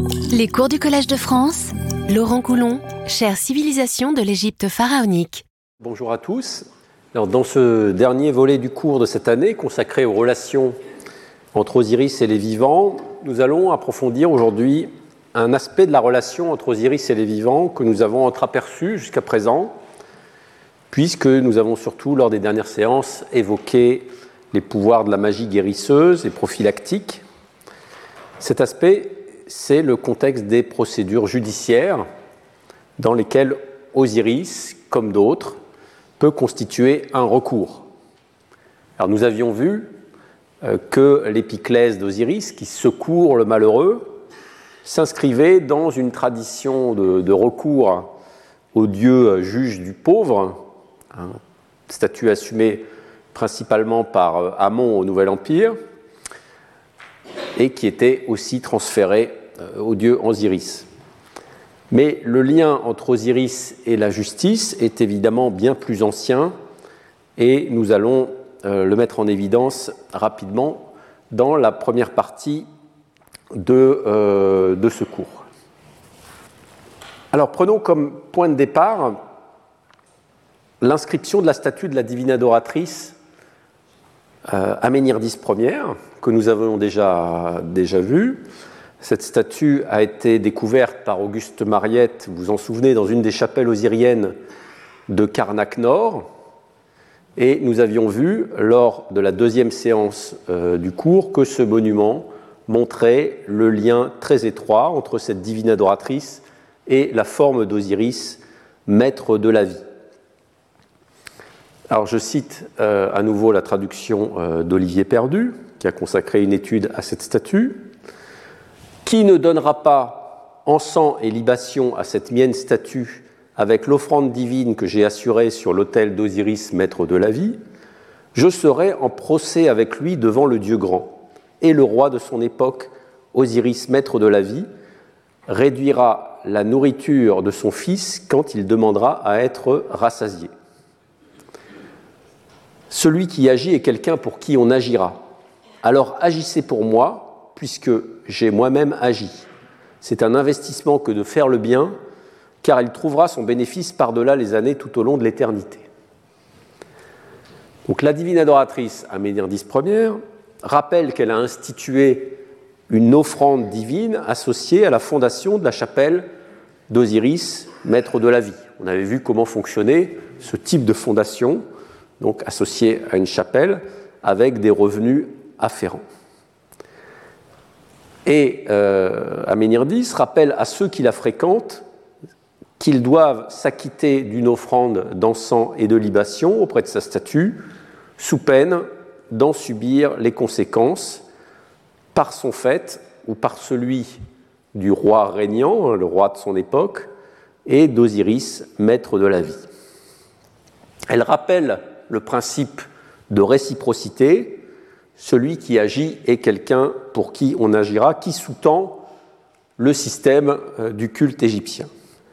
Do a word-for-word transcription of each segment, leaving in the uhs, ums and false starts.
Les cours du Collège de France, Laurent Coulon, chère civilisation de l'Égypte pharaonique. Bonjour à tous. Alors, dans ce dernier volet du cours de cette année, consacré aux relations entre Osiris et les vivants, nous allons approfondir aujourd'hui un aspect de la relation entre Osiris et les vivants que nous avons entreaperçu jusqu'à présent, puisque nous avons surtout, lors des dernières séances, évoqué les pouvoirs de la magie guérisseuse et prophylactique. Cet aspect, c'est le contexte des procédures judiciaires dans lesquelles Osiris, comme d'autres, peut constituer un recours. Alors nous avions vu euh, que l'épiclèse d'Osiris, qui secourt le malheureux, s'inscrivait dans une tradition de, de recours au dieu juge du pauvre, hein, statut assumé principalement par euh, Amon au Nouvel Empire, et qui était aussi transféré euh, au dieu Osiris. Mais le lien entre Osiris et la justice est évidemment bien plus ancien et nous allons euh, le mettre en évidence rapidement dans la première partie de, euh, de ce cours. Alors prenons comme point de départ l'inscription de la statue de la divine adoratrice euh, Aménirdis première, que nous avons déjà, déjà vue. Cette statue a été découverte par Auguste Mariette, vous vous en souvenez, dans une des chapelles osiriennes de Karnak-Nord. Et nous avions vu, lors de la deuxième séance euh, du cours, que ce monument montrait le lien très étroit entre cette divine adoratrice et la forme d'Osiris, maître de la vie. Alors je cite euh, à nouveau la traduction euh, d'Olivier Perdu, qui a consacré une étude à cette statue. Qui ne donnera pas encens et libation à cette mienne statue avec l'offrande divine que j'ai assurée sur l'autel d'Osiris, maître de la vie, je serai en procès avec lui devant le Dieu grand. Et le roi de son époque, Osiris, maître de la vie, réduira la nourriture de son fils quand il demandera à être rassasié. Celui qui agit est quelqu'un pour qui on agira. Alors agissez pour moi, puisque j'ai moi-même agi. C'est un investissement que de faire le bien, car il trouvera son bénéfice par-delà les années tout au long de l'éternité. Donc la divine adoratrice Aménirdis première rappelle qu'elle a institué une offrande divine associée à la fondation de la chapelle d'Osiris, maître de la vie. On avait vu comment fonctionnait ce type de fondation, donc associée à une chapelle, avec des revenus afférents. Et euh, Aménirdis rappelle à ceux qui la fréquentent qu'ils doivent s'acquitter d'une offrande d'encens et de libation auprès de sa statue, sous peine d'en subir les conséquences par son fait ou par celui du roi régnant, le roi de son époque, et d'Osiris, maître de la vie. Elle rappelle le principe de réciprocité. Celui qui agit est quelqu'un pour qui on agira, qui sous-tend le système du culte égyptien.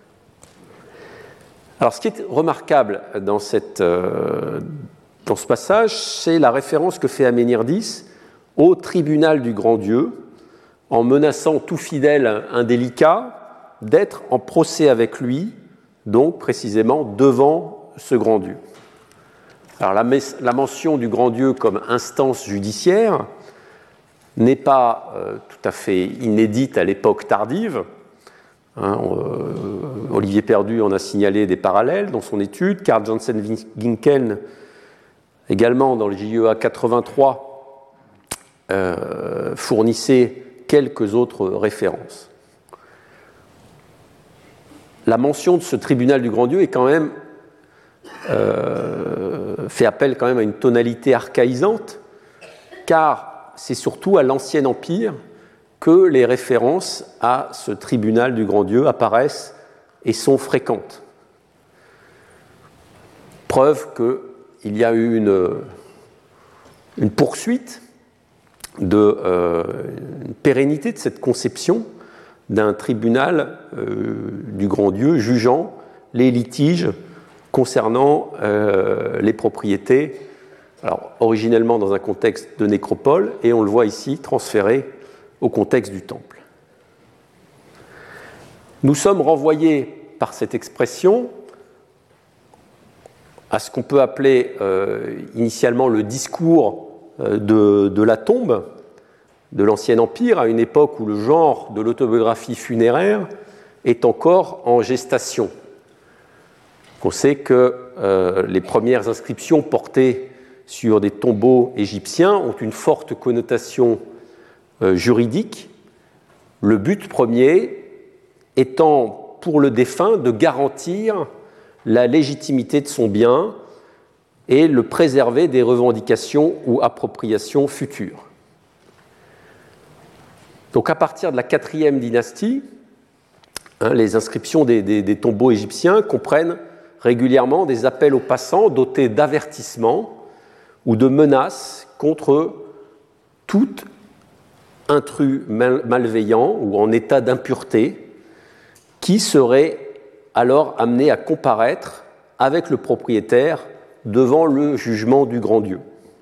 Alors, ce qui est remarquable dans, cette, euh, dans ce passage, c'est la référence que fait Aménirdis au tribunal du grand Dieu, en menaçant tout fidèle indélicat d'être en procès avec lui, donc précisément devant ce grand Dieu. Alors la, la mention du grand Dieu comme instance judiciaire n'est pas euh, tout à fait inédite à l'époque tardive. Hein, euh, Olivier Perdu en a signalé des parallèles dans son étude. Carl Jansen-Ginkel, également dans le J E A quatre-vingt-trois, euh, fournissait quelques autres références. La mention de ce tribunal du grand Dieu est quand même Euh, fait appel quand même à une tonalité archaïsante, car c'est surtout à l'Ancien Empire que les références à ce tribunal du grand Dieu apparaissent et sont fréquentes. Preuve qu'il y a eu une, une poursuite de euh, une pérennité de cette conception d'un tribunal euh, du grand Dieu jugeant les litiges concernant euh, les propriétés, alors originellement dans un contexte de nécropole, et on le voit ici transféré au contexte du temple. Nous sommes renvoyés par cette expression à ce qu'on peut appeler euh, initialement le discours euh, de, de la tombe de l'Ancien Empire, à une époque où le genre de l'autobiographie funéraire est encore en gestation. On sait que euh, les premières inscriptions portées sur des tombeaux égyptiens ont une forte connotation euh, juridique, le but premier étant pour le défunt de garantir la légitimité de son bien et le préserver des revendications ou appropriations futures. Donc à partir de la quatrième dynastie, hein, les inscriptions des, des, des tombeaux égyptiens comprennent régulièrement des appels aux passants dotés d'avertissements ou de menaces contre tout intrus mal, malveillant ou en état d'impureté qui serait alors amené à comparaître avec le propriétaire devant le jugement du grand Dieu.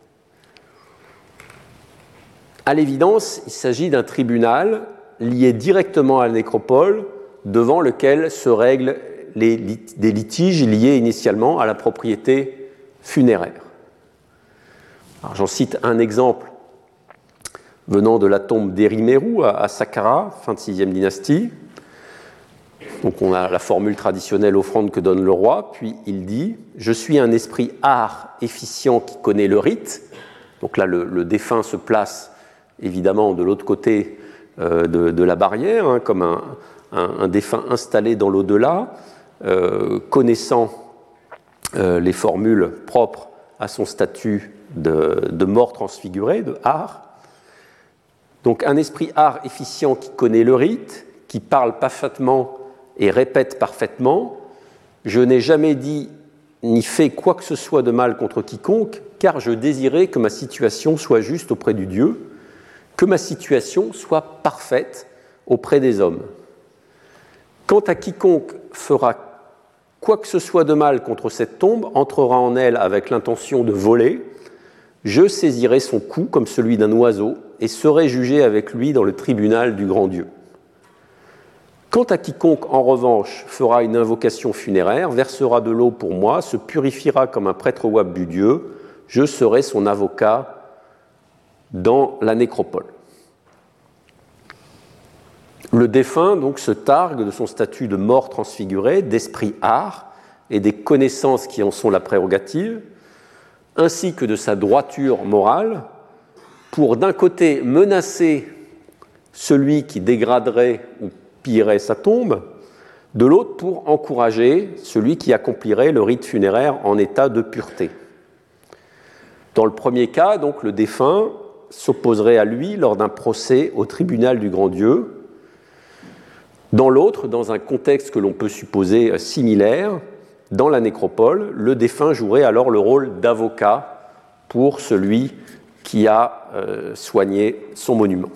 À l'évidence, il s'agit d'un tribunal lié directement à la nécropole devant lequel se règlent les lit- des litiges liés initialement à la propriété funéraire. Alors, j'en cite un exemple venant de la tombe d'Erimeru à, à Saqqara, fin de sixième dynastie. Donc on a la formule traditionnelle offrande que donne le roi, puis il dit « Je suis un esprit art efficient qui connaît le rite ». Donc là, le, le défunt se place évidemment de l'autre côté euh, de, de la barrière, hein, comme un, un, un défunt installé dans l'au-delà, euh, connaissant euh, les formules propres à son statut de, de mort transfiguré, de art. Donc un esprit art efficient qui connaît le rite, qui parle parfaitement et répète parfaitement « Je n'ai jamais dit ni fait quoi que ce soit de mal contre quiconque, car je désirais que ma situation soit juste auprès du Dieu, que ma situation soit parfaite auprès des hommes. Quant à quiconque fera quoi que ce soit de mal contre cette tombe, entrera en elle avec l'intention de voler, je saisirai son cou comme celui d'un oiseau et serai jugé avec lui dans le tribunal du grand Dieu. Quant à quiconque, en revanche, fera une invocation funéraire, versera de l'eau pour moi, se purifiera comme un prêtre ouab du Dieu, je serai son avocat dans la nécropole. » Le défunt donc se targue de son statut de mort transfiguré, d'esprit art et des connaissances qui en sont la prérogative, ainsi que de sa droiture morale, pour d'un côté menacer celui qui dégraderait ou pillerait sa tombe, de l'autre pour encourager celui qui accomplirait le rite funéraire en état de pureté. Dans le premier cas, donc, le défunt s'opposerait à lui lors d'un procès au tribunal du grand Dieu. Dans l'autre, dans un contexte que l'on peut supposer similaire, dans la nécropole, le défunt jouerait alors le rôle d'avocat pour celui qui a euh, soigné son monument.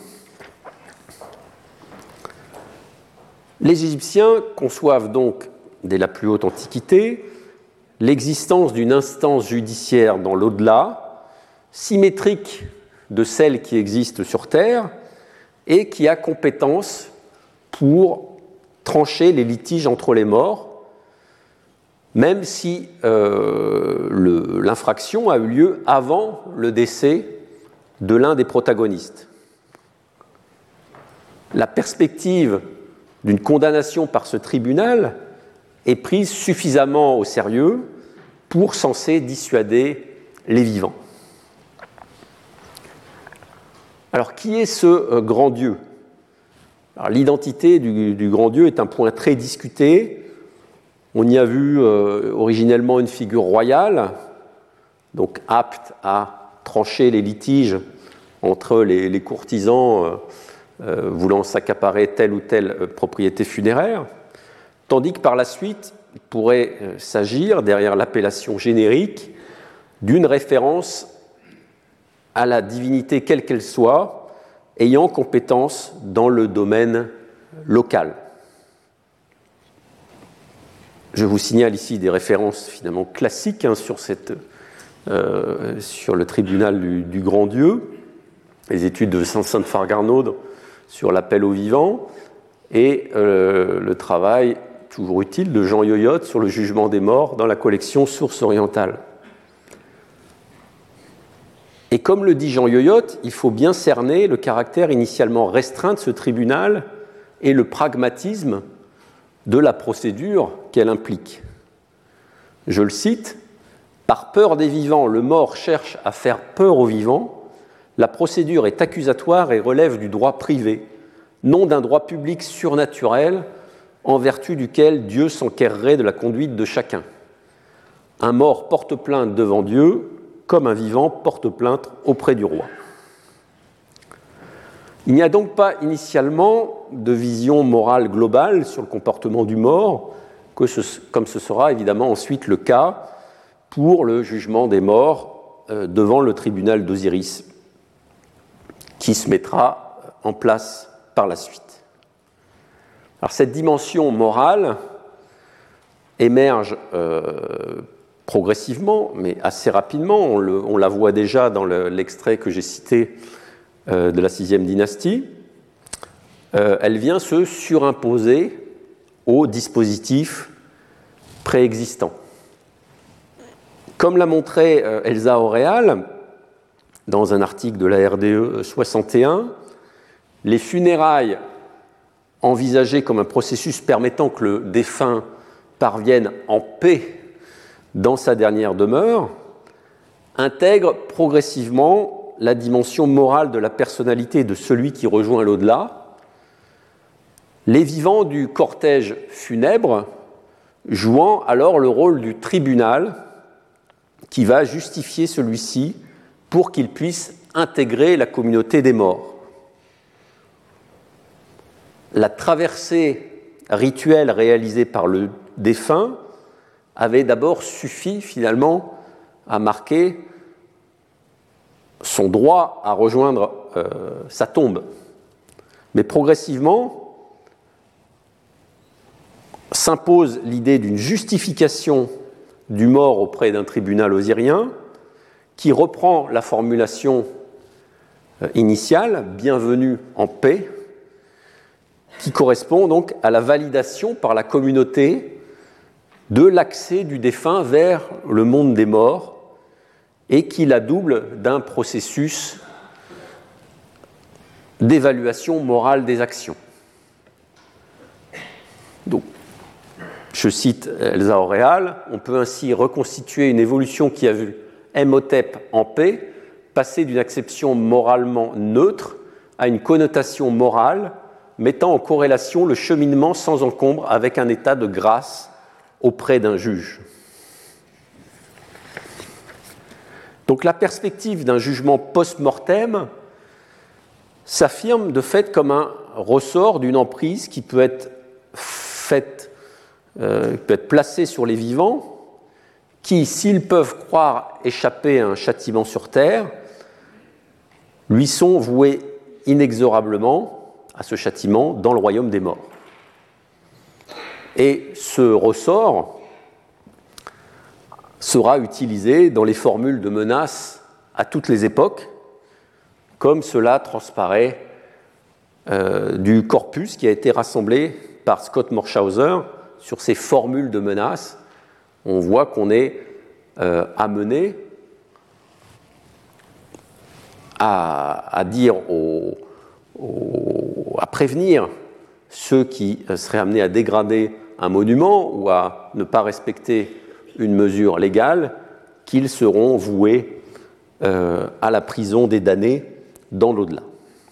Les Égyptiens conçoivent donc, dès la plus haute Antiquité, l'existence d'une instance judiciaire dans l'au-delà, symétrique de celle qui existe sur Terre et qui a compétence pour trancher les litiges entre les morts, même si euh, le, l'infraction a eu lieu avant le décès de l'un des protagonistes. La perspective d'une condamnation par ce tribunal est prise suffisamment au sérieux pour censer dissuader les vivants. Alors, qui est ce euh, grand Dieu ? Alors, l'identité du, du grand Dieu est un point très discuté. On y a vu euh, originellement une figure royale, donc apte à trancher les litiges entre les, les courtisans euh, Euh, voulant s'accaparer telle ou telle euh, propriété funéraire, tandis que par la suite, il pourrait euh, s'agir, derrière l'appellation générique, d'une référence à la divinité quelle qu'elle soit, ayant compétence dans le domaine local. Je vous signale ici des références finalement classiques hein, sur, cette, euh, sur le tribunal du, du grand Dieu, les études de Saint-Fargarnaud sur l'appel aux vivants, et euh, le travail toujours utile de Jean Yoyotte sur le jugement des morts dans la collection Sources orientales. Et comme le dit Jean Yoyotte, il faut bien cerner le caractère initialement restreint de ce tribunal et le pragmatisme de la procédure qu'elle implique. Je le cite, « Par peur des vivants, le mort cherche à faire peur aux vivants. La procédure est accusatoire et relève du droit privé, non d'un droit public surnaturel en vertu duquel Dieu s'enquérerait de la conduite de chacun. Un mort porte plainte devant Dieu, comme un vivant porte plainte auprès du roi. » Il n'y a donc pas initialement de vision morale globale sur le comportement du mort, que ce, comme ce sera évidemment ensuite le cas pour le jugement des morts euh, devant le tribunal d'Osiris, qui se mettra en place par la suite. Alors cette dimension morale émerge euh, progressivement, mais assez rapidement. On, le, on la voit déjà dans le, l'extrait que j'ai cité euh, de la sixième dynastie. Euh, elle vient se surimposer au dispositif préexistant. Comme l'a montré euh, Elsa Auréal dans un article de la R D E soixante et un, les funérailles envisagées comme un processus permettant que le défunt parvienne en paix dans sa dernière demeure, intègre progressivement la dimension morale de la personnalité de celui qui rejoint l'au-delà, les vivants du cortège funèbre jouant alors le rôle du tribunal qui va justifier celui-ci pour qu'il puisse intégrer la communauté des morts. La traversée rituelle réalisée par le défunt avait d'abord suffi finalement à marquer son droit à rejoindre euh, sa tombe. Mais progressivement s'impose l'idée d'une justification du mort auprès d'un tribunal osirien qui reprend la formulation euh, initiale, bienvenue en paix, qui correspond donc à la validation par la communauté de l'accès du défunt vers le monde des morts et qui la double d'un processus d'évaluation morale des actions. Donc, je cite Elsa Auréal, on peut ainsi reconstituer une évolution qui a vu Imhotep en paix passer d'une acception moralement neutre à une connotation morale mettant en corrélation le cheminement sans encombre avec un état de grâce auprès d'un juge. Donc la perspective d'un jugement post-mortem s'affirme de fait comme un ressort d'une emprise qui peut être faite, euh, peut être placée sur les vivants, qui, s'ils peuvent croire échapper à un châtiment sur terre, lui sont voués inexorablement à ce châtiment dans le royaume des morts. Et ce ressort sera utilisé dans les formules de menaces à toutes les époques, comme cela transparaît euh, du corpus qui a été rassemblé par Scott Morshauser sur ces formules de menaces. On voit qu'on est euh, amené à, à dire, aux, aux, à prévenir ceux qui seraient amenés à dégrader un monument ou à ne pas respecter une mesure légale, qu'ils seront voués euh, à la prison des damnés dans l'au-delà.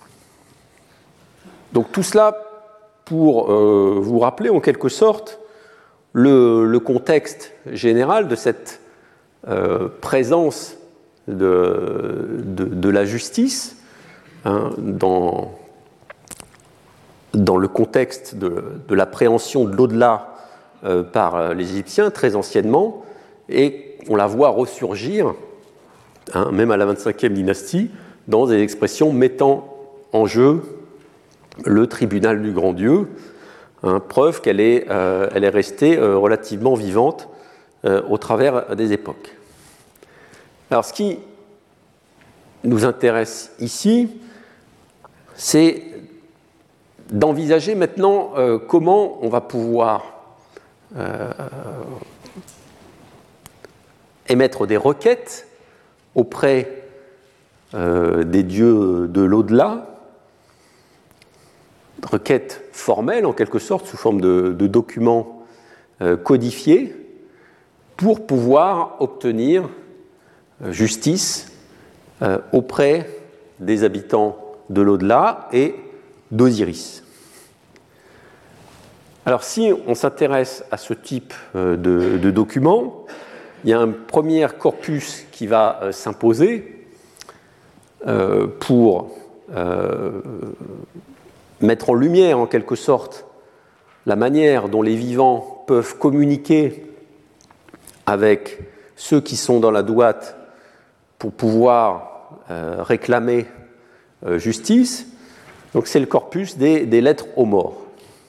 Donc tout cela pour euh, vous rappeler en quelque sorte le, le contexte général de cette euh, présence de, de, de la justice hein, dans, dans le contexte de, de l'appréhension de l'au-delà euh, par les Égyptiens très anciennement, et on la voit ressurgir, hein, même à la vingt-cinquième dynastie, dans des expressions mettant en jeu le tribunal du grand Dieu, hein, preuve qu'elle est, euh, elle est restée euh, relativement vivante euh, au travers des époques. Alors ce qui nous intéresse ici, c'est d'envisager maintenant euh, comment on va pouvoir euh, émettre des requêtes auprès euh, des dieux de l'au-delà, requêtes formelles en quelque sorte, sous forme de, de documents euh, codifiés, pour pouvoir obtenir euh, justice euh, auprès des habitants de l'au-delà et d'Osiris. Alors si on s'intéresse à ce type euh, de, de documents, il y a un premier corpus qui va euh, s'imposer euh, pour euh, mettre en lumière en quelque sorte la manière dont les vivants peuvent communiquer avec ceux qui sont dans la douate pour pouvoir euh, réclamer euh, justice. Donc c'est le corpus des, des lettres aux morts.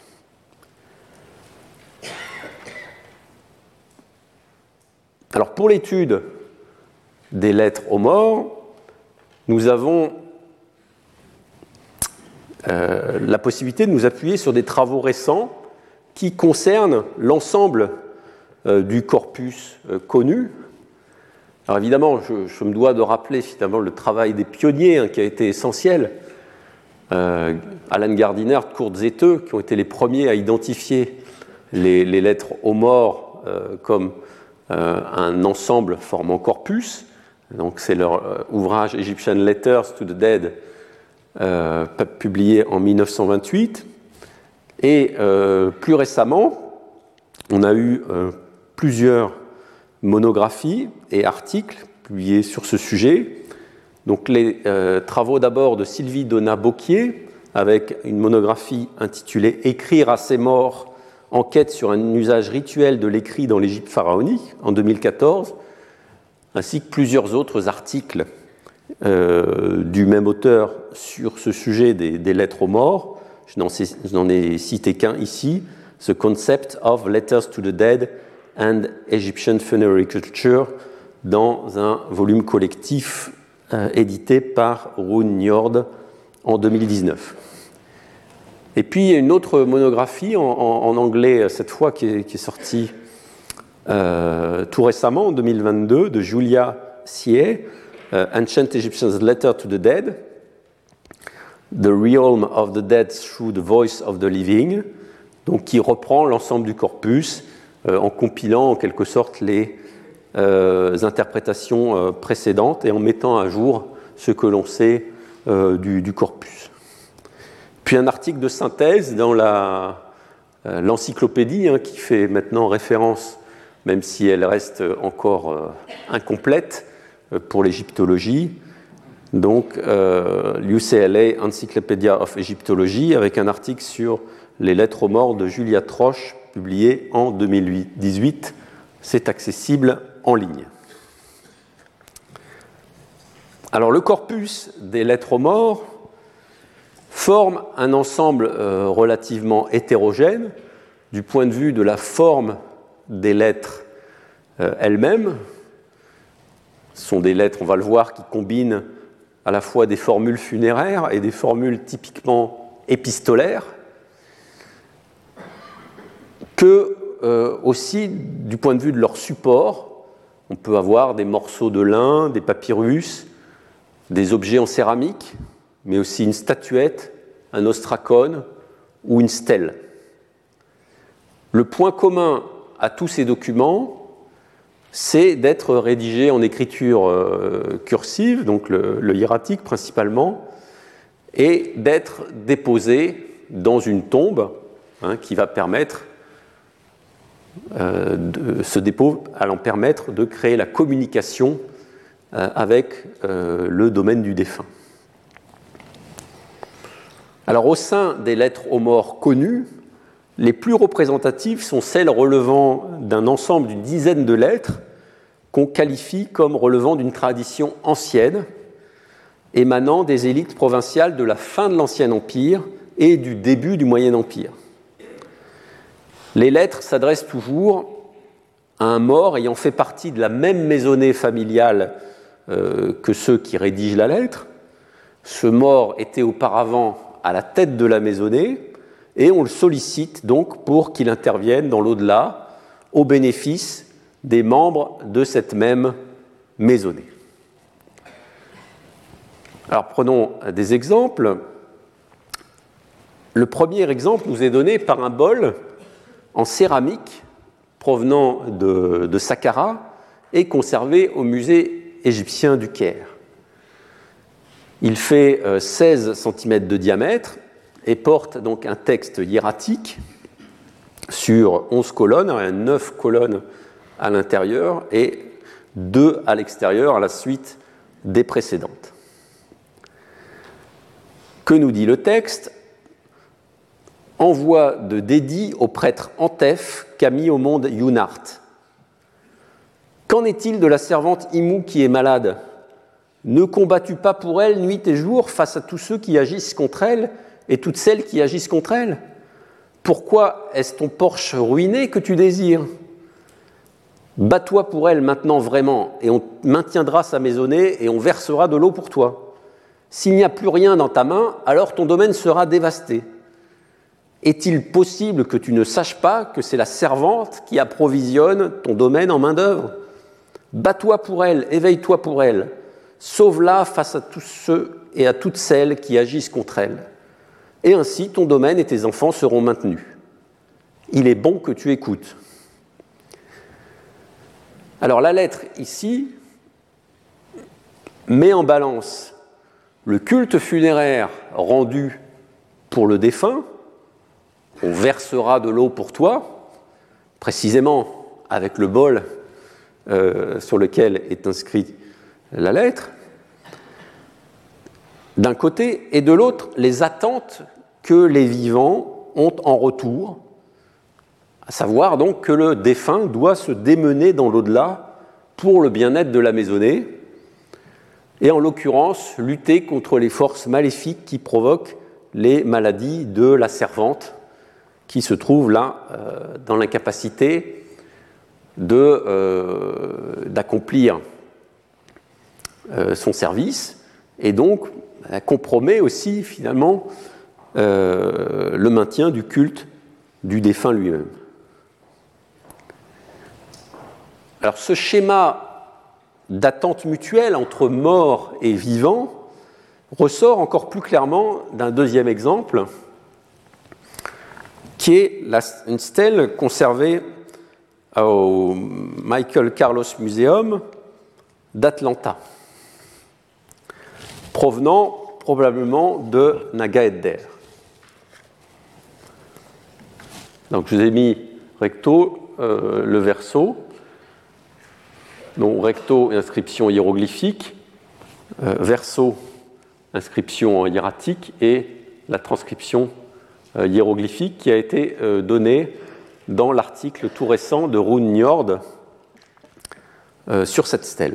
Alors pour l'étude des lettres aux morts, nous avons euh, la possibilité de nous appuyer sur des travaux récents qui concernent l'ensemble euh, du corpus euh, connu. Alors évidemment, je, je me dois de rappeler finalement le travail des pionniers hein, qui a été essentiel. Euh, Alan Gardiner, Kurt Zethe, qui ont été les premiers à identifier les, les lettres aux morts euh, comme euh, un ensemble formant corpus. Donc c'est leur euh, ouvrage Egyptian Letters to the Dead, euh, publié en mille neuf cent vingt-huit. Et euh, plus récemment, on a eu euh, plusieurs monographies et articles publiés sur ce sujet. Donc les euh, travaux d'abord de Sylvie Donat-Bocquier, avec une monographie intitulée « Écrire à ses morts, enquête sur un usage rituel de l'écrit dans l'Égypte pharaonique » en deux mille quatorze, ainsi que plusieurs autres articles euh, du même auteur sur ce sujet des, des lettres aux morts. Je n'en, sais, je n'en ai cité qu'un ici, « The Concept of Letters to the Dead and Egyptian Funerary Culture » dans un volume collectif euh, édité par Rune Njord en deux mille dix-neuf. Et puis il y a une autre monographie en, en, en anglais cette fois qui est, qui est sortie euh, tout récemment en deux mille vingt-deux de Julia Sie, euh, Ancient Egyptians Letter to the Dead, The Realm of the Dead Through the Voice of the Living, donc qui reprend l'ensemble du corpus euh, en compilant en quelque sorte les euh, interprétations euh, précédentes et en mettant à jour ce que l'on sait euh, du, du corpus. Puis un article de synthèse dans la, euh, l'encyclopédie hein, qui fait maintenant référence, même si elle reste encore euh, incomplète euh, pour l'égyptologie, donc euh, l'U C L A Encyclopedia of Egyptology, avec un article sur les lettres aux morts de Julia Troche, publié en deux mille dix-huit. C'est accessible en ligne. Alors le corpus des lettres aux morts forme un ensemble euh, relativement hétérogène du point de vue de la forme des lettres euh, elles-mêmes. Ce sont des lettres, on va le voir, qui combinent à la fois des formules funéraires et des formules typiquement épistolaires, que euh, aussi du point de vue de leur support, on peut avoir des morceaux de lin, des papyrus, des objets en céramique, mais aussi une statuette, un ostracone ou une stèle. Le point commun à tous ces documents, c'est d'être rédigés en écriture euh, cursive, donc le, le hiératique principalement, et d'être déposés dans une tombe hein, qui va permettre, euh, de, ce dépôt allant permettre de créer la communication euh, avec euh, le domaine du défunt. Alors au sein des lettres aux morts connues, les plus représentatives sont celles relevant d'un ensemble d'une dizaine de lettres qu'on qualifie comme relevant d'une tradition ancienne, émanant des élites provinciales de la fin de l'Ancien Empire et du début du Moyen Empire. Les lettres s'adressent toujours à un mort ayant fait partie de la même maisonnée familiale euh, que ceux qui rédigent la lettre. Ce mort était auparavant à la tête de la maisonnée, et on le sollicite donc pour qu'il intervienne dans l'au-delà au bénéfice des membres de cette même maisonnée. Alors prenons des exemples. Le premier exemple nous est donné par un bol en céramique provenant de, de Saqqara et conservé au musée égyptien du Caire. Il fait seize centimètres de diamètre et porte donc un texte hiératique sur onze colonnes, il y a neuf colonnes à l'intérieur et deux à l'extérieur à la suite des précédentes. Que nous dit le texte ? Envoi de dédit au prêtre Antef qu'a mis au monde Yunart. Qu'en est-il de la servante Imou qui est malade ? Ne combats-tu pas pour elle nuit et jour face à tous ceux qui agissent contre elle et toutes celles qui agissent contre elle ? Pourquoi est-ce ton porche ruiné que tu désires ? Bats-toi pour elle maintenant vraiment, et on maintiendra sa maisonnée et on versera de l'eau pour toi. S'il n'y a plus rien dans ta main, alors ton domaine sera dévasté. Est-il possible que tu ne saches pas que c'est la servante qui approvisionne ton domaine en main-d'œuvre ? Bats-toi pour elle, éveille-toi pour elle. Sauve-la face à tous ceux et à toutes celles qui agissent contre elle. Et ainsi, ton domaine et tes enfants seront maintenus. Il est bon que tu écoutes. Alors, la lettre, ici, met en balance le culte funéraire rendu pour le défunt. On versera de l'eau pour toi, précisément avec le bol euh, sur lequel est inscrite la lettre, d'un côté, et de l'autre, les attentes que les vivants ont en retour, à savoir donc que le défunt doit se démener dans l'au-delà pour le bien-être de la maisonnée, et en l'occurrence, lutter contre les forces maléfiques qui provoquent les maladies de la servante, qui se trouve là euh, dans l'incapacité de, euh, d'accomplir euh, son service, et donc elle compromet aussi finalement euh, le maintien du culte du défunt lui-même. Alors ce schéma d'attente mutuelle entre mort et vivant ressort encore plus clairement d'un deuxième exemple, qui est la, une stèle conservée au Michael Carlos Museum d'Atlanta, provenant probablement de Naga Edder. Donc je vous ai mis recto euh, le verso, donc recto inscription hiéroglyphique, euh, verso inscription hiératique et la transcription euh, hiéroglyphique qui a été euh, donnée dans l'article tout récent de Rune Njord euh, sur cette stèle.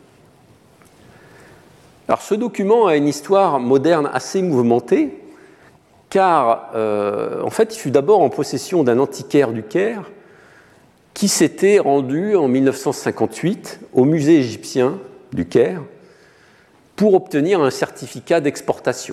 Alors ce document a une histoire moderne assez mouvementée, car euh, en fait il fut d'abord en possession d'un antiquaire du Caire qui s'était rendu en mille neuf cent cinquante-huit au musée égyptien du Caire pour obtenir un certificat d'exportation.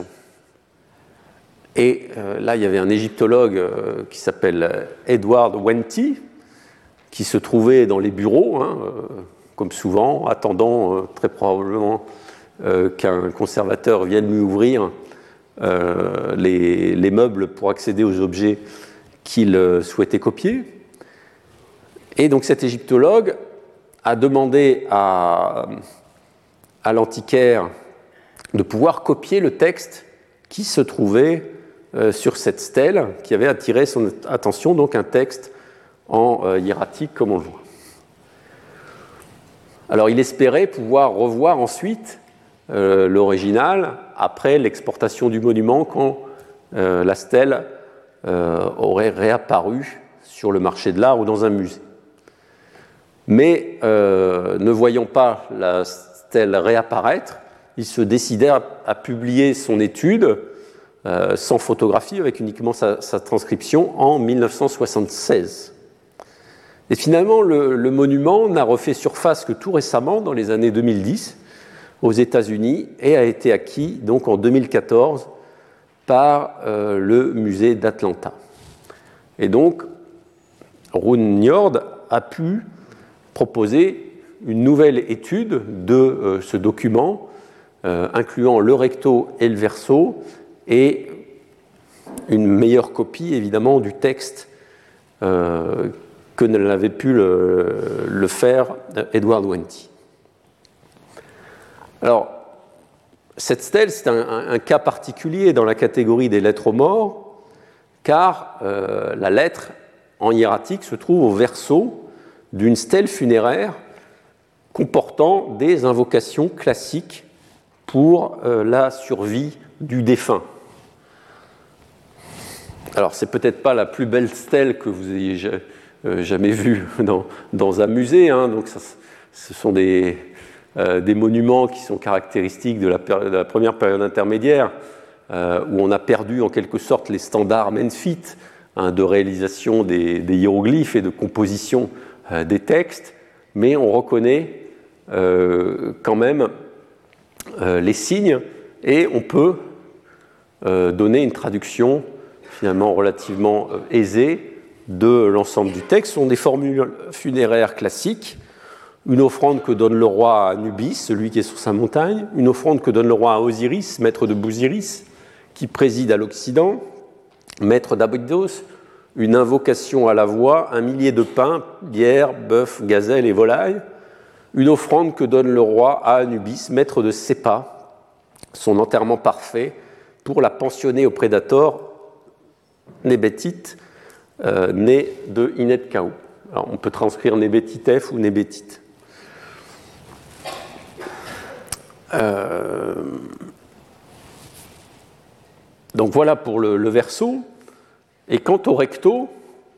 Et euh, là, il y avait un égyptologue euh, qui s'appelle Edward Wenty, qui se trouvait dans les bureaux, hein, euh, comme souvent, attendant euh, très probablement euh, qu'un conservateur vienne lui ouvrir euh, les, les meubles pour accéder aux objets qu'il euh, souhaitait copier. Et donc cet égyptologue a demandé à, à l'antiquaire de pouvoir copier le texte qui se trouvait euh, sur cette stèle, qui avait attiré son attention, donc un texte en euh, hiératique, comme on le voit. Alors il espérait pouvoir revoir ensuite euh, l'original après l'exportation du monument, quand euh, la stèle euh, aurait réapparu sur le marché de l'art ou dans un musée. Mais euh, ne voyant pas la stèle réapparaître, il se décidait à, à publier son étude euh, sans photographie, avec uniquement sa, sa transcription, en mille neuf cent soixante-seize. Et finalement, le, le monument n'a refait surface que tout récemment, dans les années deux mille dix, aux États-Unis, et a été acquis donc en deux mille quatorze par euh, le musée d'Atlanta. Et donc, Rune Njord a pu proposer une nouvelle étude de euh, ce document, euh, incluant le recto et le verso, et une meilleure copie, évidemment, du texte euh, que ne l'avait pu le, le faire Edward Wenty. Alors, cette stèle, c'est un, un, un cas particulier dans la catégorie des lettres aux morts, car euh, la lettre en hiératique se trouve au verso d'une stèle funéraire comportant des invocations classiques pour euh, la survie du défunt. Alors, c'est peut-être pas la plus belle stèle que vous ayez euh, jamais vue dans, dans un musée, hein, donc ça, ce sont des, euh, des monuments qui sont caractéristiques de la, péri- de la première période intermédiaire, euh, où on a perdu en quelque sorte les standards Menfite, hein, de réalisation des, des hiéroglyphes et de composition euh, des textes, mais on reconnaît euh, quand même euh, les signes et on peut euh, donner une traduction finalement relativement euh, aisée de l'ensemble du texte. Ce sont des formules funéraires classiques. Une offrande que donne le roi à Anubis, celui qui est sur sa montagne, une offrande que donne le roi à Osiris, maître de Bousiris, qui préside à l'Occident, maître d'Abydos, une invocation à la voix, un millier de pains, bière, bœuf, gazelle et volaille, une offrande que donne le roi à Anubis, maître de Sépa, son enterrement parfait, pour la pensionner au prédateur Nébétite, euh, né de Inet-Kaou. Alors, on peut transcrire Nébétitef ou Nébétite. Euh... Donc voilà pour le, le verso. Et quant au recto,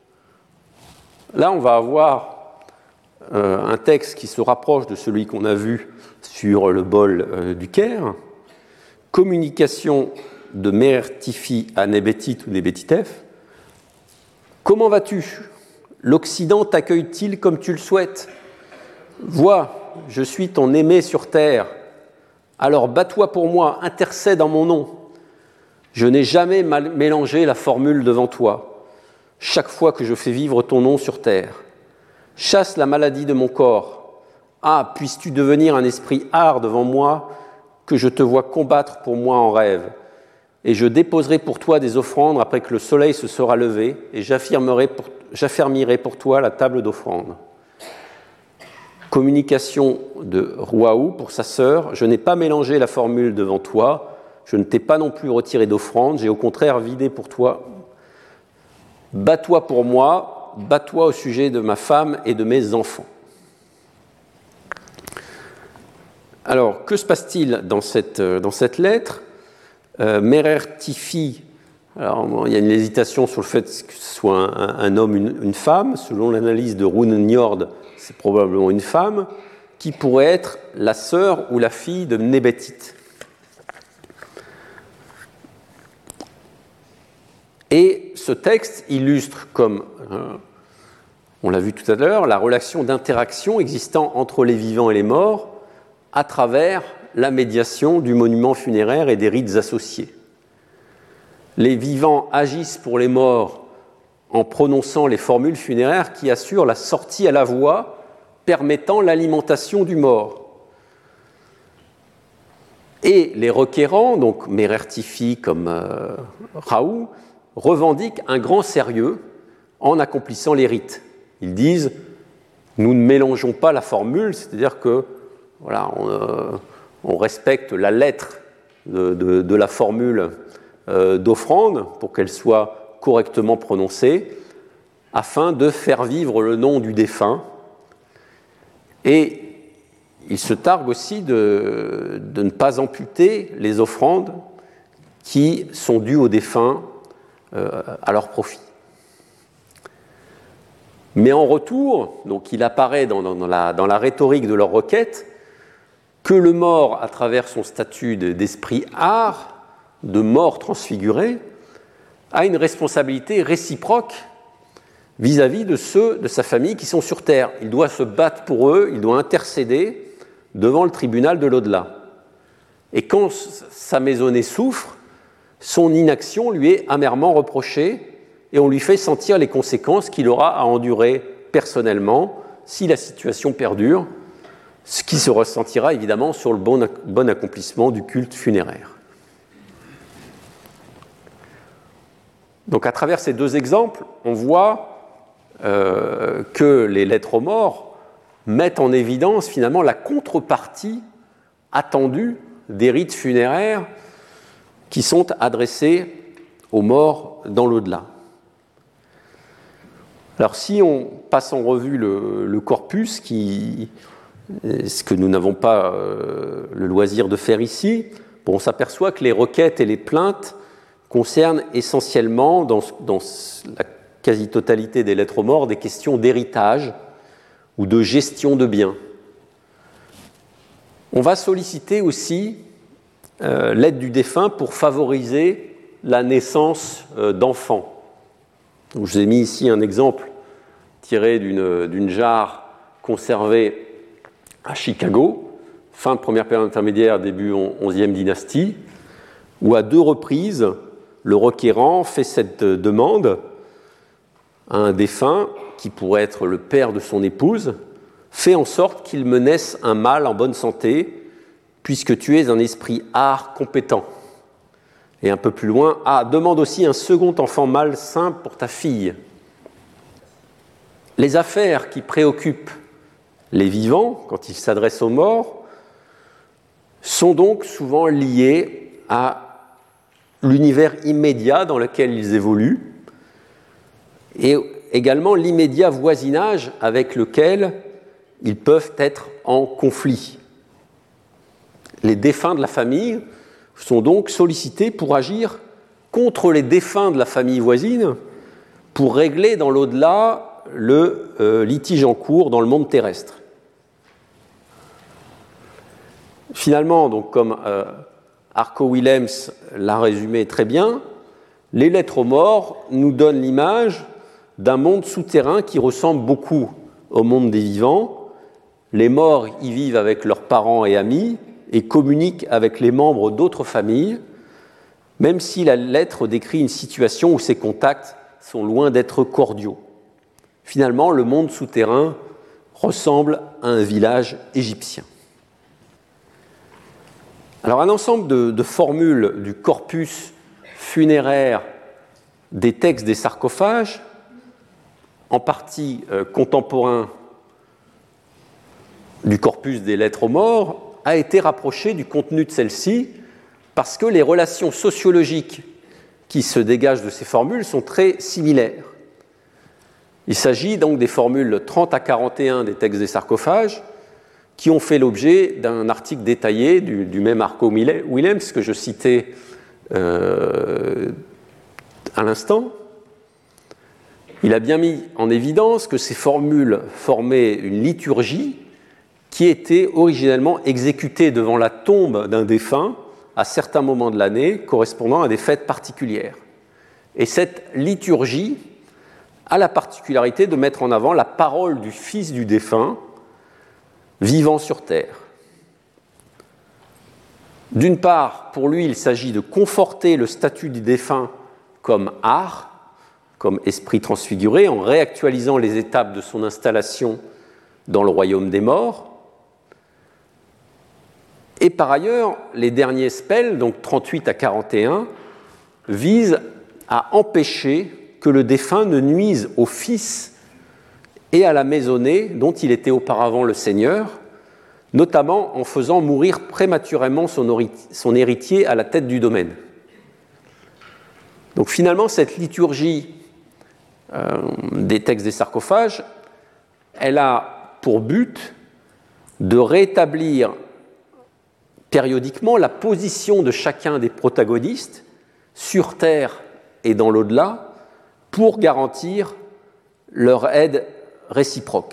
là on va avoir euh, un texte qui se rapproche de celui qu'on a vu sur le bol euh, du Caire. Communication de Mertifi à Nébétite ou Nébétitef. Comment vas-tu ? L'Occident t'accueille-t-il comme tu le souhaites ? Vois, je suis ton aimé sur terre. Alors bats-toi pour moi, intercède en mon nom. Je n'ai jamais mal mélangé la formule devant toi, chaque fois que je fais vivre ton nom sur terre. Chasse la maladie de mon corps. Ah, puisses-tu devenir un esprit ard devant moi, que je te vois combattre pour moi en rêve. Et je déposerai pour toi des offrandes après que le soleil se sera levé, et j'affermirai pour, j'affermirai pour toi la table d'offrande. Communication de Rouaou pour sa sœur. Je n'ai pas mélangé la formule devant toi, je ne t'ai pas non plus retiré d'offrande, j'ai au contraire vidé pour toi. Bats-toi pour moi, bats-toi au sujet de ma femme et de mes enfants. Alors, que se passe-t-il dans cette, dans cette lettre ? euh, Merertifi, alors bon, il y a une hésitation sur le fait que ce soit un, un homme, une, une femme. Selon l'analyse de Rune Njord, c'est probablement une femme, qui pourrait être la sœur ou la fille de Nébétite. Et ce texte illustre, comme euh, on l'a vu tout à l'heure, la relation d'interaction existant entre les vivants et les morts à travers la médiation du monument funéraire et des rites associés. Les vivants agissent pour les morts en prononçant les formules funéraires qui assurent la sortie à la voix permettant l'alimentation du mort. Et les requérants, donc Merertifi comme euh, Raoult, revendiquent un grand sérieux en accomplissant les rites. Ils disent « nous ne mélangeons pas la formule », c'est-à-dire que voilà, on, euh, on respecte la lettre de, de, de la formule euh, d'offrande pour qu'elle soit correctement prononcée, afin de faire vivre le nom du défunt. Et ils se targuent aussi de, de ne pas amputer les offrandes qui sont dues aux défunts euh, à leur profit. Mais en retour, donc il apparaît dans, dans, la, dans la rhétorique de leur requête que le mort, à travers son statut d'esprit art, de mort transfiguré, a une responsabilité réciproque vis-à-vis de ceux de sa famille qui sont sur terre. Il doit se battre pour eux, il doit intercéder devant le tribunal de l'au-delà. Et quand sa maisonnée souffre, son inaction lui est amèrement reprochée et on lui fait sentir les conséquences qu'il aura à endurer personnellement si la situation perdure, ce qui se ressentira évidemment sur le bon, bon accomplissement du culte funéraire. Donc à travers ces deux exemples, on voit euh, que les lettres aux morts mettent en évidence finalement la contrepartie attendue des rites funéraires qui sont adressés aux morts dans l'au-delà. Alors si on passe en revue le, le corpus, qui, ce que nous n'avons pas euh, le loisir de faire ici, bon, on s'aperçoit que les requêtes et les plaintes concernent essentiellement, dans, dans la quasi-totalité des lettres aux morts, des questions d'héritage ou de gestion de biens. On va solliciter aussi euh, l'aide du défunt pour favoriser la naissance euh, d'enfants. Donc, je vous ai mis ici un exemple tiré d'une, d'une jarre conservée à Chicago, fin de première période intermédiaire, début onzième dynastie, où à deux reprises, le requérant fait cette demande à un défunt, qui pourrait être le père de son épouse, fais en sorte qu'il me naisse un mâle en bonne santé, puisque tu es un esprit art compétent. Et un peu plus loin, ah, demande aussi un second enfant mâle sain pour ta fille. Les affaires qui préoccupent les vivants, quand ils s'adressent aux morts, sont donc souvent liées à l'univers immédiat dans lequel ils évoluent et également l'immédiat voisinage avec lequel ils peuvent être en conflit. Les défunts de la famille sont donc sollicités pour agir contre les défunts de la famille voisine pour régler dans l'au-delà le euh, litige en cours dans le monde terrestre. Finalement, donc, comme euh, Arco Willems l'a résumé très bien, les lettres aux morts nous donnent l'image d'un monde souterrain qui ressemble beaucoup au monde des vivants. Les morts y vivent avec leurs parents et amis et communiquent avec les membres d'autres familles, même si la lettre décrit une situation où ces contacts sont loin d'être cordiaux. Finalement, le monde souterrain ressemble à un village égyptien. Alors, un ensemble de, de formules du corpus funéraire des textes des sarcophages, en partie euh, contemporain du corpus des lettres aux morts, a été rapproché du contenu de celle-ci parce que les relations sociologiques qui se dégagent de ces formules sont très similaires. Il s'agit donc des formules trente à quarante et un des textes des sarcophages qui ont fait l'objet d'un article détaillé du, du même Arco Willems que je citais euh, à l'instant. Il a bien mis en évidence que ces formules formaient une liturgie qui était originellement exécutée devant la tombe d'un défunt à certains moments de l'année correspondant à des fêtes particulières. Et cette liturgie a la particularité de mettre en avant la parole du fils du défunt vivant sur terre. D'une part, pour lui, il s'agit de conforter le statut du défunt comme art, comme esprit transfiguré, en réactualisant les étapes de son installation dans le royaume des morts. Et par ailleurs, les derniers spells, donc trente-huit à quarante et un, visent à empêcher que le défunt ne nuise au fils et à la maisonnée dont il était auparavant le seigneur, notamment en faisant mourir prématurément son héritier à la tête du domaine. Donc finalement, cette liturgie euh, des textes des sarcophages, elle a pour but de rétablir périodiquement la position de chacun des protagonistes sur Terre et dans l'au-delà pour garantir leur aide réciproque.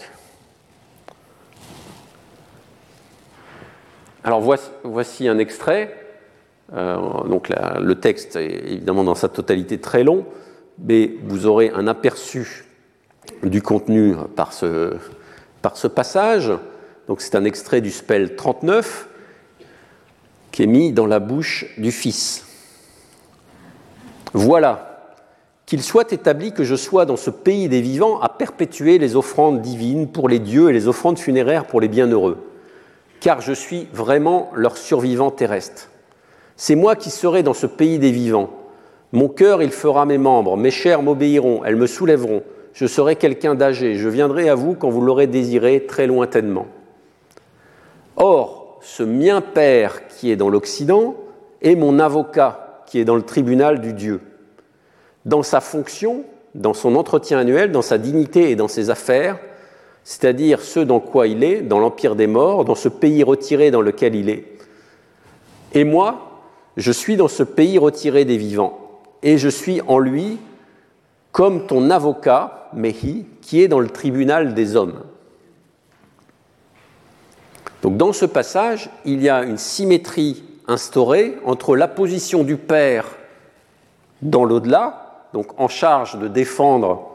Alors voici, voici un extrait. Euh, donc la, le texte est évidemment dans sa totalité très long, mais vous aurez un aperçu du contenu par ce, par ce passage. Donc c'est un extrait du spell trente-neuf qui est mis dans la bouche du fils. Voilà, qu'il soit établi que je sois dans ce pays des vivants à perpétuer les offrandes divines pour les dieux et les offrandes funéraires pour les bienheureux, car je suis vraiment leur survivant terrestre. C'est moi qui serai dans ce pays des vivants. Mon cœur, il fera mes membres, mes chairs m'obéiront, elles me soulèveront. Je serai quelqu'un d'âgé, je viendrai à vous quand vous l'aurez désiré très lointainement. Or, ce mien Père qui est dans l'Occident est mon avocat qui est dans le tribunal du Dieu. Dans sa fonction, dans son entretien annuel, dans sa dignité et dans ses affaires, c'est-à-dire ce dans quoi il est, dans l'empire des morts, dans ce pays retiré dans lequel il est. Et moi, je suis dans ce pays retiré des vivants, et je suis en lui comme ton avocat, Mehi, qui est dans le tribunal des hommes. Donc dans ce passage, il y a une symétrie instaurée entre la position du Père dans l'au-delà, donc en charge de défendre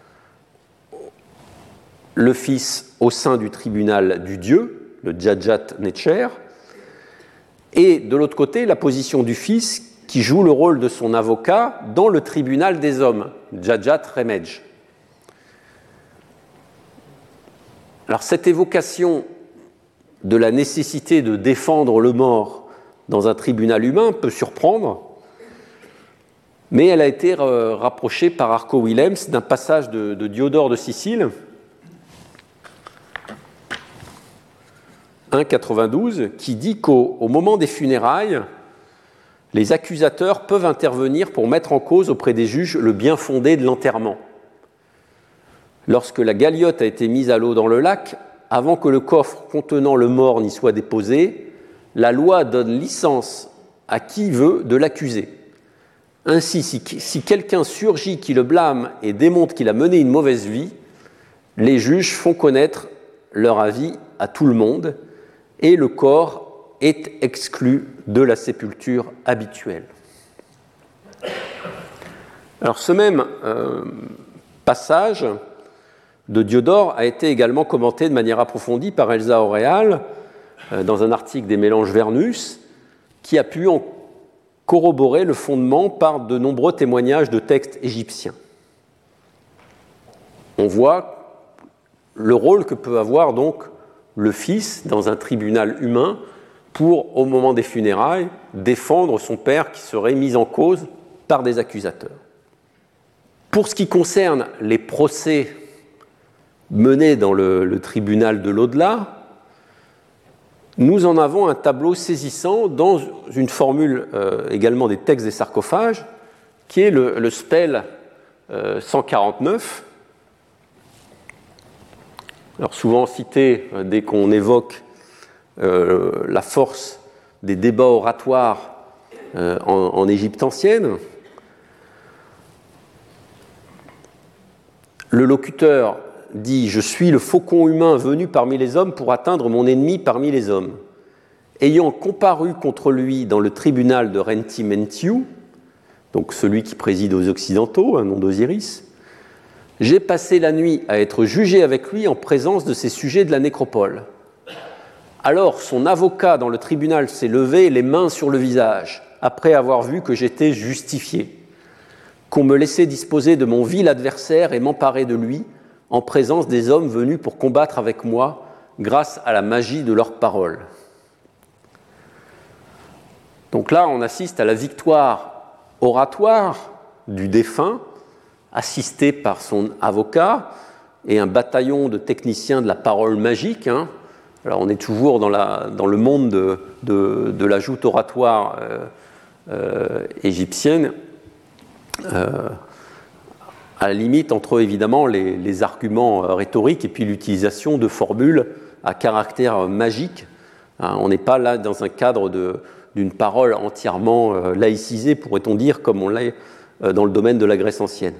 le Fils au sein du tribunal du Dieu, le Jajat Necher, et de l'autre côté, la position du Fils qui joue le rôle de son avocat dans le tribunal des hommes, Jajat Remej. Alors cette évocation de la nécessité de défendre le mort dans un tribunal humain peut surprendre, mais elle a été rapprochée par Arco Willems d'un passage de, de Diodore de Sicile, un quatre-vingt-douze, qui dit qu'au au moment des funérailles, les accusateurs peuvent intervenir pour mettre en cause auprès des juges le bien fondé de l'enterrement. Lorsque la galiote a été mise à l'eau dans le lac, avant que le coffre contenant le mort n'y soit déposé, la loi donne licence à qui veut de l'accuser. Ainsi, si, si quelqu'un surgit qui le blâme et démontre qu'il a mené une mauvaise vie, les juges font connaître leur avis à tout le monde et le corps est exclu de la sépulture habituelle. Alors ce même euh, passage de Diodore a été également commenté de manière approfondie par Elsa Auréal euh, dans un article des Mélanges Vernus qui a pu en corroborer le fondement par de nombreux témoignages de textes égyptiens. On voit le rôle que peut avoir donc le fils dans un tribunal humain pour, au moment des funérailles, défendre son père qui serait mis en cause par des accusateurs. Pour ce qui concerne les procès menés dans le, le tribunal de l'au-delà, nous en avons un tableau saisissant dans une formule euh, également des textes des sarcophages, qui est le, le spell euh, cent quarante-neuf. Alors souvent cité euh, dès qu'on évoque euh, la force des débats oratoires euh, en, en Égypte ancienne. Le locuteur dit « Je suis le faucon humain venu parmi les hommes pour atteindre mon ennemi parmi les hommes. Ayant comparu contre lui dans le tribunal de Renti-Mentiu, donc celui qui préside aux Occidentaux, un nom d'Osiris, j'ai passé la nuit à être jugé avec lui en présence de ses sujets de la nécropole. Alors son avocat dans le tribunal s'est levé, les mains sur le visage, après avoir vu que j'étais justifié, qu'on me laissait disposer de mon vil adversaire et m'emparer de lui, en présence des hommes venus pour combattre avec moi grâce à la magie de leurs paroles. » Donc là, on assiste à la victoire oratoire du défunt, assisté par son avocat et un bataillon de techniciens de la parole magique. Hein. Alors on est toujours dans, la, dans le monde de, de, de la joute oratoire euh, euh, égyptienne, euh, à la limite entre évidemment les, les arguments rhétoriques et puis l'utilisation de formules à caractère magique. Hein, on n'est pas là dans un cadre de, d'une parole entièrement euh, laïcisée, pourrait-on dire, comme on l'est euh, dans le domaine de la Grèce ancienne.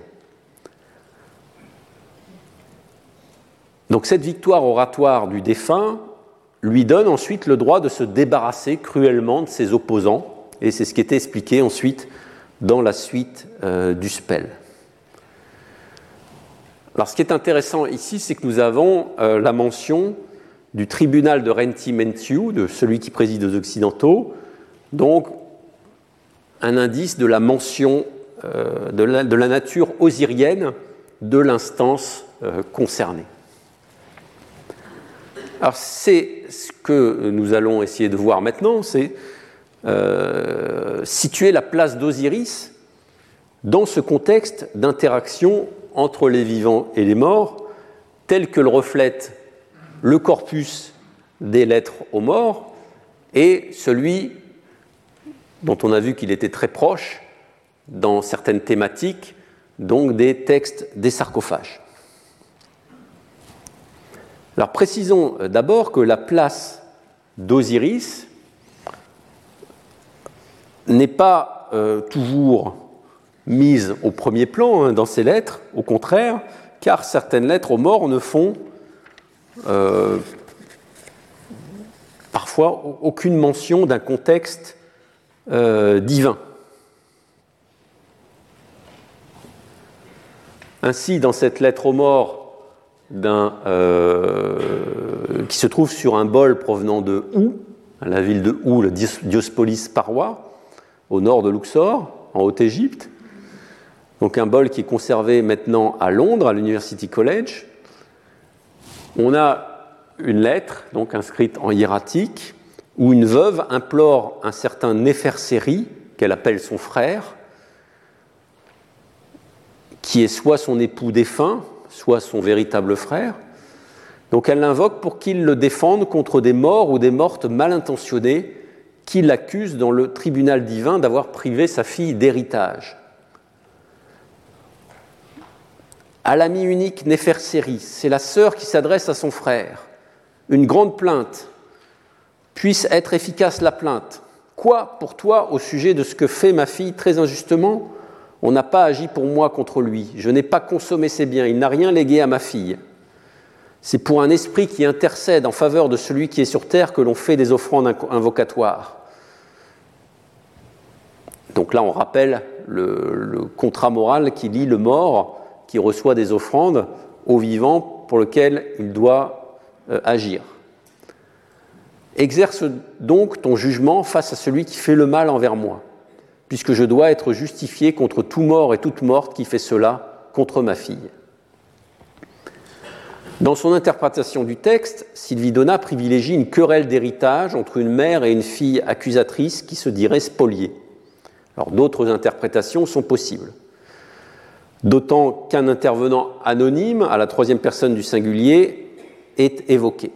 Donc cette victoire oratoire du défunt lui donne ensuite le droit de se débarrasser cruellement de ses opposants, et c'est ce qui était expliqué ensuite dans la suite euh, du spell. Alors ce qui est intéressant ici, c'est que nous avons euh, la mention du tribunal de Renti-Mentiu, de celui qui préside aux Occidentaux, donc un indice de la mention euh, de, la, de la nature osirienne de l'instance euh, concernée. Alors c'est ce que nous allons essayer de voir maintenant, c'est euh, situer la place d'Osiris dans ce contexte d'interaction entre les vivants et les morts, tel que le reflète le corpus des lettres aux morts et celui dont on a vu qu'il était très proche dans certaines thématiques, donc des textes des sarcophages. Alors précisons d'abord que la place d'Osiris n'est pas euh, toujours mise au premier plan hein, dans ces lettres, au contraire, car certaines lettres aux morts ne font euh, parfois aucune mention d'un contexte euh, divin. Ainsi, dans cette lettre aux morts d'un, euh, qui se trouve sur un bol provenant de Ou, la ville de Ou, le Diospolis Paroi, au nord de Luxor, en Haute-Égypte, donc un bol qui est conservé maintenant à Londres, à l'University College. On a une lettre, donc inscrite en hiératique, où une veuve implore un certain Néferseri, qu'elle appelle son frère, qui est soit son époux défunt, soit son véritable frère. Donc elle l'invoque pour qu'il le défende contre des morts ou des mortes mal intentionnées qui l'accusent dans le tribunal divin d'avoir privé sa fille d'héritage. À l'ami unique Néferseri, c'est la sœur qui s'adresse à son frère. Une grande plainte. Puisse être efficace la plainte. Quoi pour toi au sujet de ce que fait ma fille très injustement ? On n'a pas agi pour moi contre lui. Je n'ai pas consommé ses biens. Il n'a rien légué à ma fille. C'est pour un esprit qui intercède en faveur de celui qui est sur terre que l'on fait des offrandes invocatoires. Donc là, on rappelle le, le contrat moral qui lie le mort, qui reçoit des offrandes, au vivant pour lequel il doit euh, agir. Exerce donc ton jugement face à celui qui fait le mal envers moi, puisque je dois être justifié contre tout mort et toute morte qui fait cela contre ma fille. Dans son interprétation du texte, Sylvie Donat privilégie une querelle d'héritage entre une mère et une fille accusatrice qui se dirait spoliée. Alors d'autres interprétations sont possibles. D'autant qu'un intervenant anonyme, à la troisième personne du singulier, est évoqué.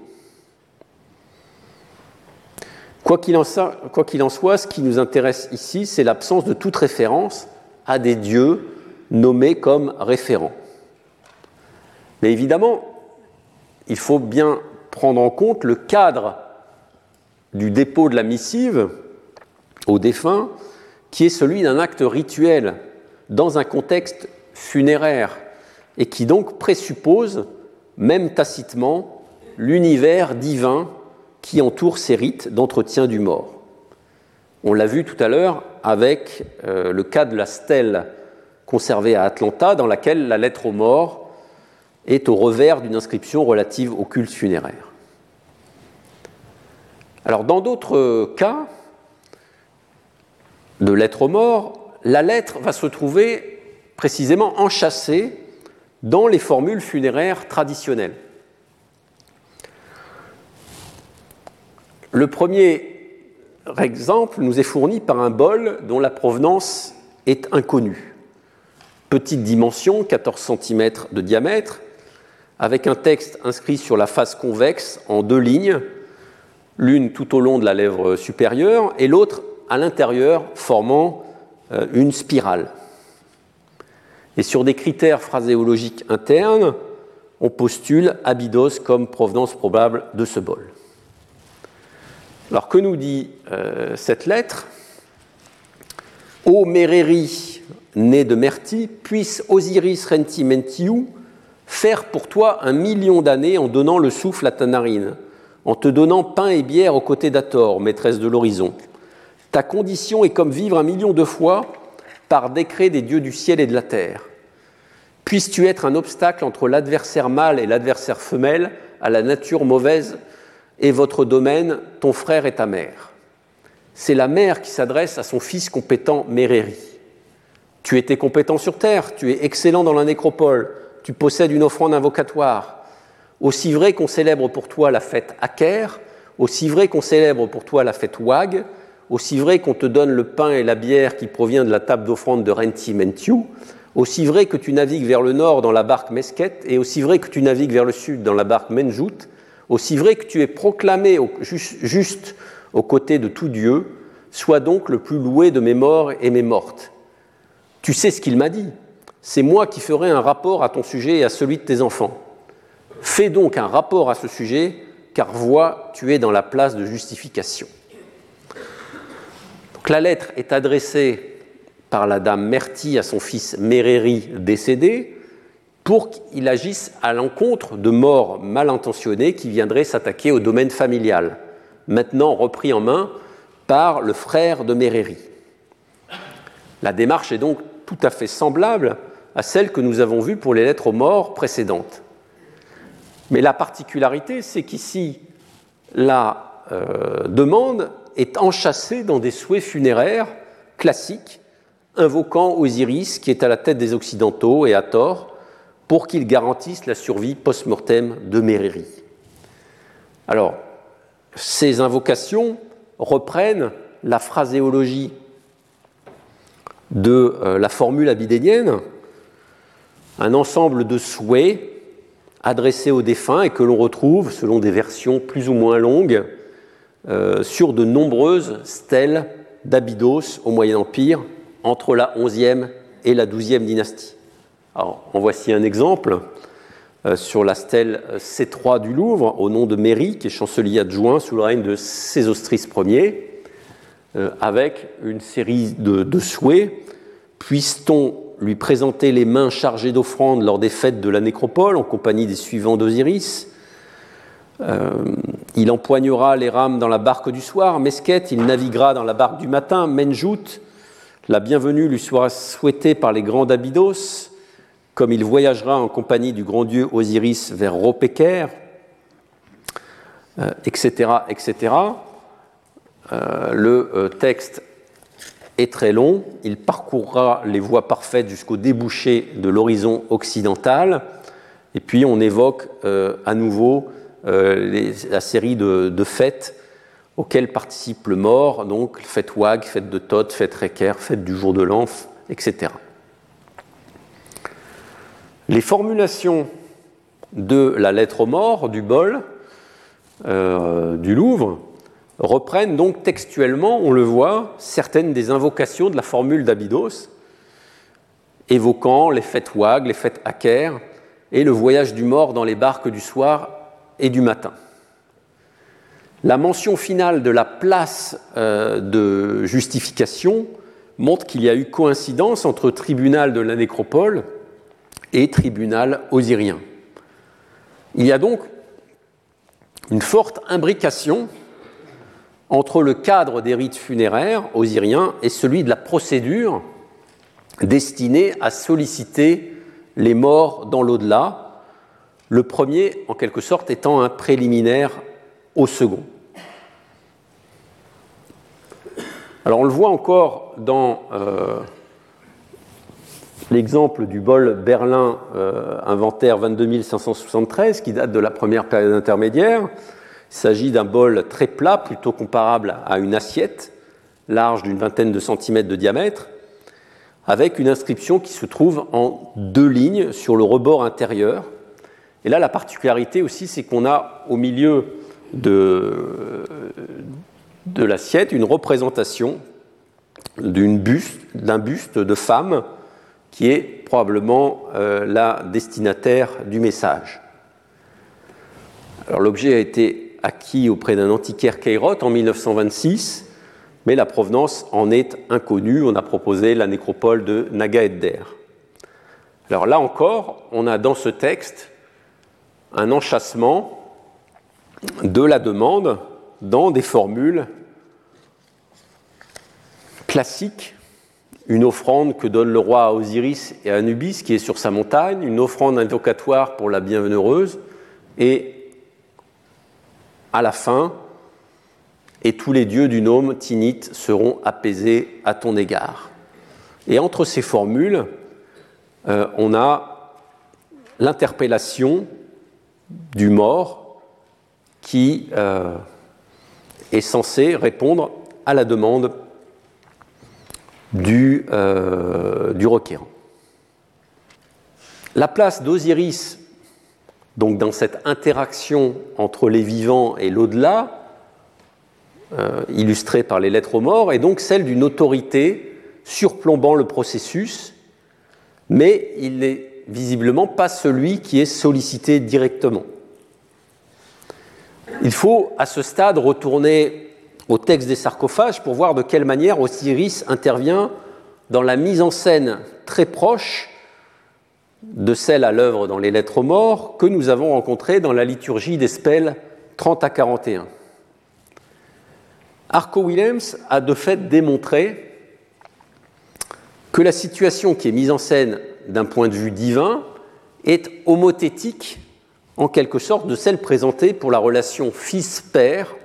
Quoi qu'il en soit, quoi qu'il en soit, ce qui nous intéresse ici, c'est l'absence de toute référence à des dieux nommés comme référents. Mais évidemment, il faut bien prendre en compte le cadre du dépôt de la missive au défunt, qui est celui d'un acte rituel dans un contexte funéraire et qui donc présuppose, même tacitement, l'univers divin qui entoure ces rites d'entretien du mort. On l'a vu tout à l'heure avec euh, le cas de la stèle conservée à Atlanta, dans laquelle la lettre aux morts est au revers d'une inscription relative au culte funéraire. Alors, dans d'autres cas de lettres aux morts, la lettre va se trouver précisément enchâssée dans les formules funéraires traditionnelles. Le premier exemple nous est fourni par un bol dont la provenance est inconnue. Petite dimension, quatorze centimètres de diamètre, avec un texte inscrit sur la face convexe en deux lignes, l'une tout au long de la lèvre supérieure et l'autre à l'intérieur, formant une spirale. Et sur des critères phraséologiques internes, on postule Abydos comme provenance probable de ce bol. Alors que nous dit euh, cette lettre ? Ô Mereri, né de Merti, puisse Osiris Renti Mentiu faire pour toi un million d'années en donnant le souffle à ta narine, en te donnant pain et bière aux côtés d'Hathor, maîtresse de l'horizon. Ta condition est comme vivre un million de fois par décret des dieux du ciel et de la terre. Puisses-tu être un obstacle entre l'adversaire mâle et l'adversaire femelle à la nature mauvaise et votre domaine, ton frère et ta mère. C'est la mère qui s'adresse à son fils compétent Mereri. Tu étais compétent sur terre, tu es excellent dans la nécropole, tu possèdes une offrande invocatoire. Aussi vrai qu'on célèbre pour toi la fête Aker, aussi vrai qu'on célèbre pour toi la fête Wag, aussi vrai qu'on te donne le pain et la bière qui provient de la table d'offrande de Renti Mentiu, aussi vrai que tu navigues vers le nord dans la barque Mesket, et aussi vrai que tu navigues vers le sud dans la barque Menjout, aussi vrai que tu es proclamé au, juste, juste aux côtés de tout Dieu, sois donc le plus loué de mes morts et mes mortes. Tu sais ce qu'il m'a dit, c'est moi qui ferai un rapport à ton sujet et à celui de tes enfants. Fais donc un rapport à ce sujet, car vois, tu es dans la place de justification. Donc, la lettre est adressée par la dame Merti à son fils Mereri décédé pour qu'il agisse à l'encontre de morts mal intentionnés qui viendraient s'attaquer au domaine familial, maintenant repris en main par le frère de Mereri. La démarche est donc tout à fait semblable à celle que nous avons vue pour les lettres aux morts précédentes. Mais la particularité, c'est qu'ici, la euh, demande est enchâssée dans des souhaits funéraires classiques, invoquant Osiris, qui est à la tête des Occidentaux, et à tort, pour qu'il garantisse la survie post-mortem de Mereri. Alors, ces invocations reprennent la phraséologie de euh, la formule abydénienne, un ensemble de souhaits adressés aux défunts et que l'on retrouve, selon des versions plus ou moins longues, euh, sur de nombreuses stèles d'Abydos au Moyen Empire, entre la onzième et la douzième dynastie. Alors, en voici un exemple euh, sur la stèle C trois du Louvre, au nom de Méry, qui est chancelier adjoint sous le règne de Sésostris Ier, euh, avec une série de, de souhaits. Puisse-t-on lui présenter les mains chargées d'offrandes lors des fêtes de la nécropole en compagnie des suivants d'Osiris. Euh, il empoignera les rames dans la barque du soir, Mesket, il naviguera dans la barque du matin, Menjout. La bienvenue lui sera souhaitée par les grands d'Abydos, comme il voyagera en compagnie du grand dieu Osiris vers Ropeker, euh, et cetera, et cetera. Euh, le euh, texte est très long, il parcourra les voies parfaites jusqu'au débouché de l'horizon occidental, et puis on évoque euh, à nouveau euh, les, la série de, de fêtes auxquelles participe le mort, donc fête Wag, fête de Thoth, fête Reker, fête du jour de l'an, et cetera. Les formulations de la lettre aux morts, du bol, euh, du Louvre, reprennent donc textuellement, on le voit, certaines des invocations de la formule d'Abydos, évoquant les fêtes Wag, les fêtes Aker, et le voyage du mort dans les barques du soir et du matin. La mention finale de la place euh, de justification montre qu'il y a eu coïncidence entre tribunal de la nécropole et tribunal osirien. Il y a donc une forte imbrication entre le cadre des rites funéraires osiriens et celui de la procédure destinée à solliciter les morts dans l'au-delà, le premier, en quelque sorte, étant un préliminaire au second. Alors on le voit encore dans euh, l'exemple du bol Berlin euh, inventaire vingt-deux mille cinq cent soixante-treize, qui date de la première période intermédiaire. Il s'agit d'un bol très plat, plutôt comparable à une assiette, large d'une vingtaine de centimètres de diamètre, avec une inscription qui se trouve en deux lignes sur le rebord intérieur. Et là, la particularité aussi, c'est qu'on a au milieu de, de l'assiette une représentation d'une buste, d'un buste de femme qui est probablement euh, la destinataire du message. Alors, l'objet a été acquis auprès d'un antiquaire Caïrote en mille neuf cent vingt-six, mais la provenance en est inconnue. On a proposé la nécropole de Naga Edder. Alors là encore, on a dans ce texte un enchâssement de la demande dans des formules classiques. Une offrande que donne le roi à Osiris et à Anubis, qui est sur sa montagne, une offrande invocatoire pour la bienheureuse, et à la fin, et tous les dieux du nome Tinite seront apaisés à ton égard. Et entre ces formules, euh, on a l'interpellation du mort qui euh, est censé répondre à la demande du, euh, du requérant. La place d'Osiris, donc dans cette interaction entre les vivants et l'au-delà, euh, illustrée par les lettres aux morts, est donc celle d'une autorité surplombant le processus, mais il n'est visiblement pas celui qui est sollicité directement. Il faut à ce stade retourner au texte des sarcophages pour voir de quelle manière Osiris intervient dans la mise en scène très proche de celle à l'œuvre dans les lettres aux morts que nous avons rencontrée dans la liturgie des spells trente à quarante et un. Harco-Willems a de fait démontré que la situation qui est mise en scène d'un point de vue divin est homothétique, en quelque sorte, de celle présentée pour la relation fils-père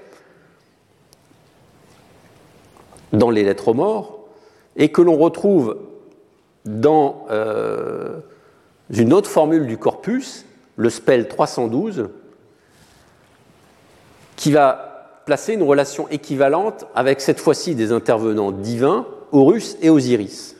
dans les lettres aux morts, et que l'on retrouve dans euh, une autre formule du corpus, le spell trois cent douze, qui va placer une relation équivalente avec cette fois-ci des intervenants divins, Horus et Osiris.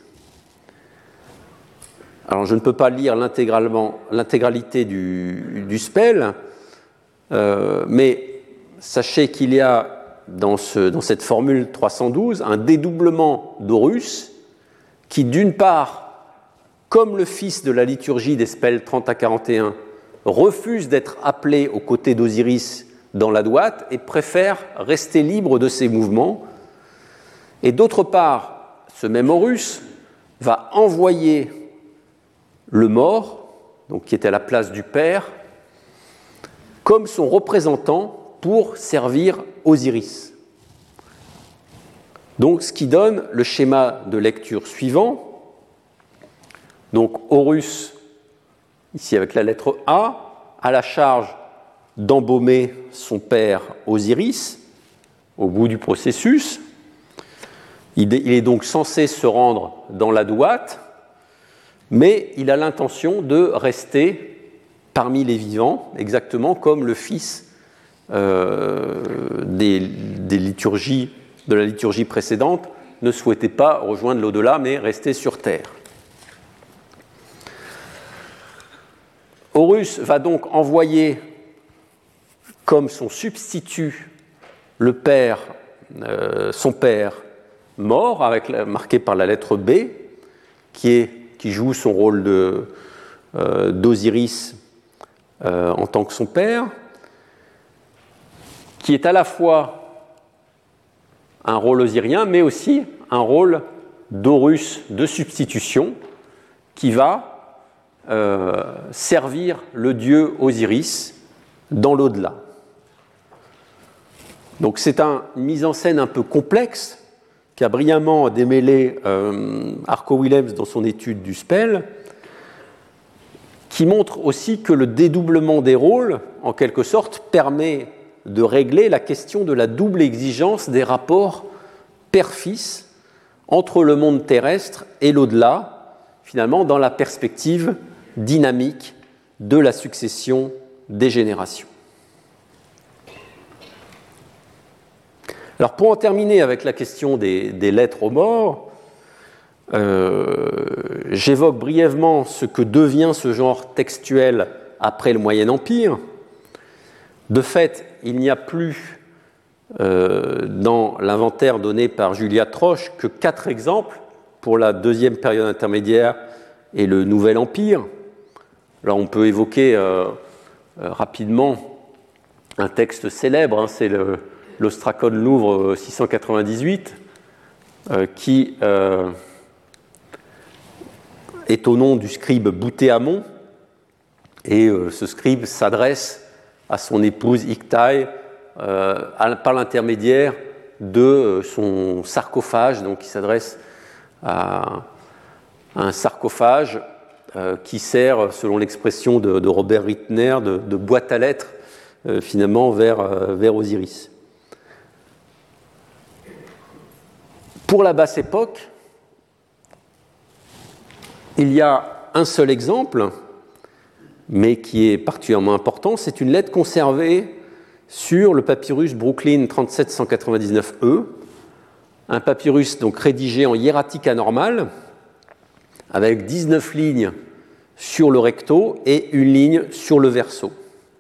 Alors je ne peux pas lire l'intégralité du, du spell, euh, mais sachez qu'il y a dans, ce, dans cette formule trois cent douze un dédoublement d'Horus qui, d'une part, comme le fils de la liturgie des spells trente à quarante et un, refuse d'être appelé aux côtés d'Osiris dans la droite et préfère rester libre de ses mouvements. Et d'autre part, ce même Horus va envoyer le mort, donc qui était à la place du père, comme son représentant pour servir Osiris. Donc, ce qui donne le schéma de lecture suivant. Donc, Horus, ici avec la lettre A, a la charge d'embaumer son père Osiris au bout du processus. Il est donc censé se rendre dans la douate, mais il a l'intention de rester parmi les vivants, exactement comme le fils euh, des, des liturgies, de la liturgie précédente ne souhaitait pas rejoindre l'au-delà, mais rester sur terre. Horus va donc envoyer comme son substitut le père, euh, son père mort, avec la, marqué par la lettre B, qui est qui joue son rôle de, euh, d'Osiris euh, en tant que son père, qui est à la fois un rôle osirien, mais aussi un rôle d'Horus de substitution, qui va euh, servir le dieu Osiris dans l'au-delà. Donc c'est un, une mise en scène un peu complexe, qui a brillamment démêlé euh, Harco-Willems dans son étude du spell, qui montre aussi que le dédoublement des rôles, en quelque sorte, permet de régler la question de la double exigence des rapports père-fils entre le monde terrestre et l'au-delà, finalement dans la perspective dynamique de la succession des générations. Alors pour en terminer avec la question des, des lettres aux morts, euh, j'évoque brièvement ce que devient ce genre textuel après le Moyen Empire. De fait, il n'y a plus euh, dans l'inventaire donné par Julia Troche que quatre exemples pour la deuxième période intermédiaire et le Nouvel Empire. Alors on peut évoquer euh, euh, rapidement un texte célèbre, hein, c'est le l'Ostracon Louvre six cent quatre-vingt-dix-huit, euh, qui euh, est au nom du scribe Boutéamon, et euh, ce scribe s'adresse à son épouse Ictaï euh, à, par l'intermédiaire de euh, son sarcophage, donc il s'adresse à, à un sarcophage euh, qui sert, selon l'expression de, de Robert Rittner, de, de boîte à lettres euh, finalement vers, euh, vers Osiris. Pour la basse époque, il y a un seul exemple, mais qui est particulièrement important, c'est une lettre conservée sur le papyrus Brooklyn trente-sept cent quatre-vingt-dix-neuf E, un papyrus donc rédigé en hiératique anormale, avec dix-neuf lignes sur le recto et une ligne sur le verso.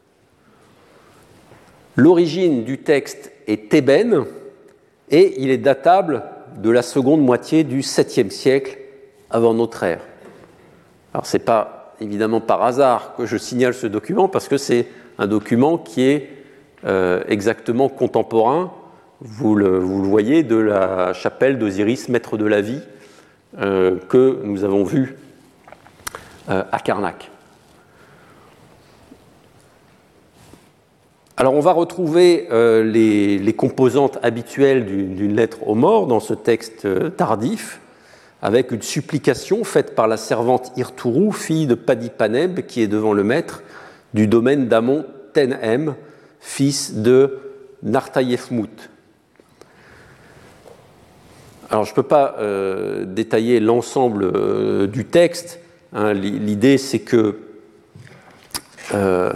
L'origine du texte est thébaine et il est datable de la seconde moitié du septième siècle avant notre ère. Alors ce n'est pas évidemment par hasard que je signale ce document, parce que c'est un document qui est euh, exactement contemporain, vous le, vous le voyez, de la chapelle d'Osiris, maître de la vie, euh, que nous avons vu euh, à Karnak. Alors on va retrouver euh, les, les composantes habituelles d'une, d'une lettre aux morts dans ce texte euh, tardif, avec une supplication faite par la servante Irtourou, fille de Padipaneb, qui est devant le maître du domaine d'Amon Tenem, fils de Nartayefmout. Alors je ne peux pas euh, détailler l'ensemble euh, du texte. Hein, l'idée c'est que euh,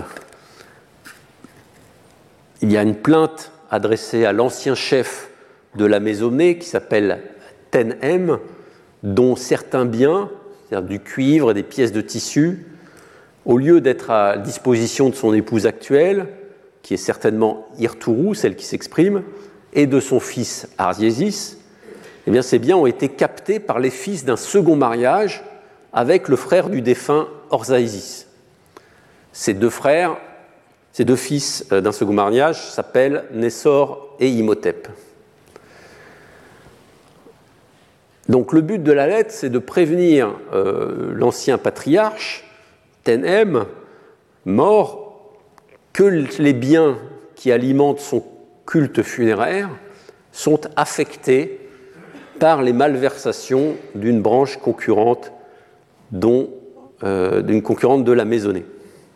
il y a une plainte adressée à l'ancien chef de la maisonnée qui s'appelle Tenem, dont certains biens, c'est-à-dire du cuivre et des pièces de tissu, au lieu d'être à disposition de son épouse actuelle, qui est certainement Irtourou, celle qui s'exprime, et de son fils Arziésis, eh bien ces biens ont été captés par les fils d'un second mariage avec le frère du défunt Orzaïsis. Ces deux frères, ces deux fils d'un second mariage s'appellent Nessor et Imhotep. Donc le but de la lettre, c'est de prévenir euh, l'ancien patriarche, Tenem, mort, que les biens qui alimentent son culte funéraire sont affectés par les malversations d'une branche concurrente, dont, euh, d'une concurrente de la maisonnée.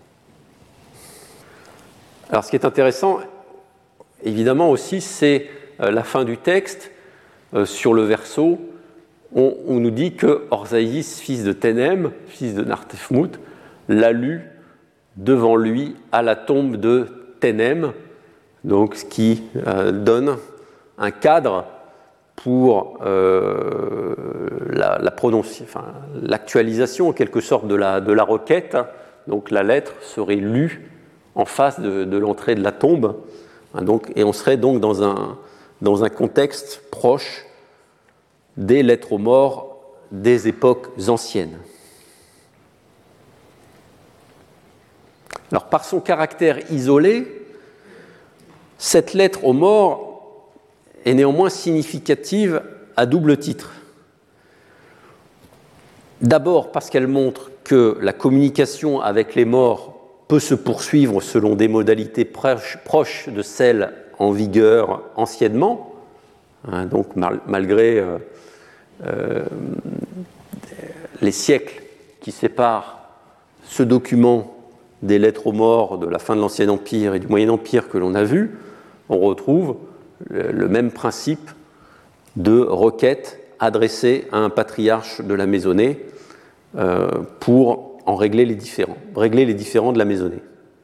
Alors ce qui est intéressant, évidemment aussi, c'est euh, la fin du texte, euh, sur le verso. On, on nous dit que Orzaïs, fils de Tenem, fils de Nartefmout, l'a lu devant lui à la tombe de Tenem, donc ce qui euh, donne un cadre pour euh, la, la prononci- enfin, l'actualisation en quelque sorte de la, de la requête. Donc la lettre serait lue en face de, de l'entrée de la tombe, hein, donc, et on serait donc dans un, dans un contexte proche des lettres aux morts des époques anciennes. Alors, par son caractère isolé, cette lettre aux morts est néanmoins significative à double titre. D'abord parce qu'elle montre que la communication avec les morts peut se poursuivre selon des modalités proches de celles en vigueur anciennement, hein, donc mal, malgré euh, euh, les siècles qui séparent ce document des lettres aux morts de la fin de l'Ancien Empire et du Moyen Empire que l'on a vu, on retrouve le, le même principe de requête adressée à un patriarche de la maisonnée euh, pour en régler les différends, régler les différends de la maisonnée.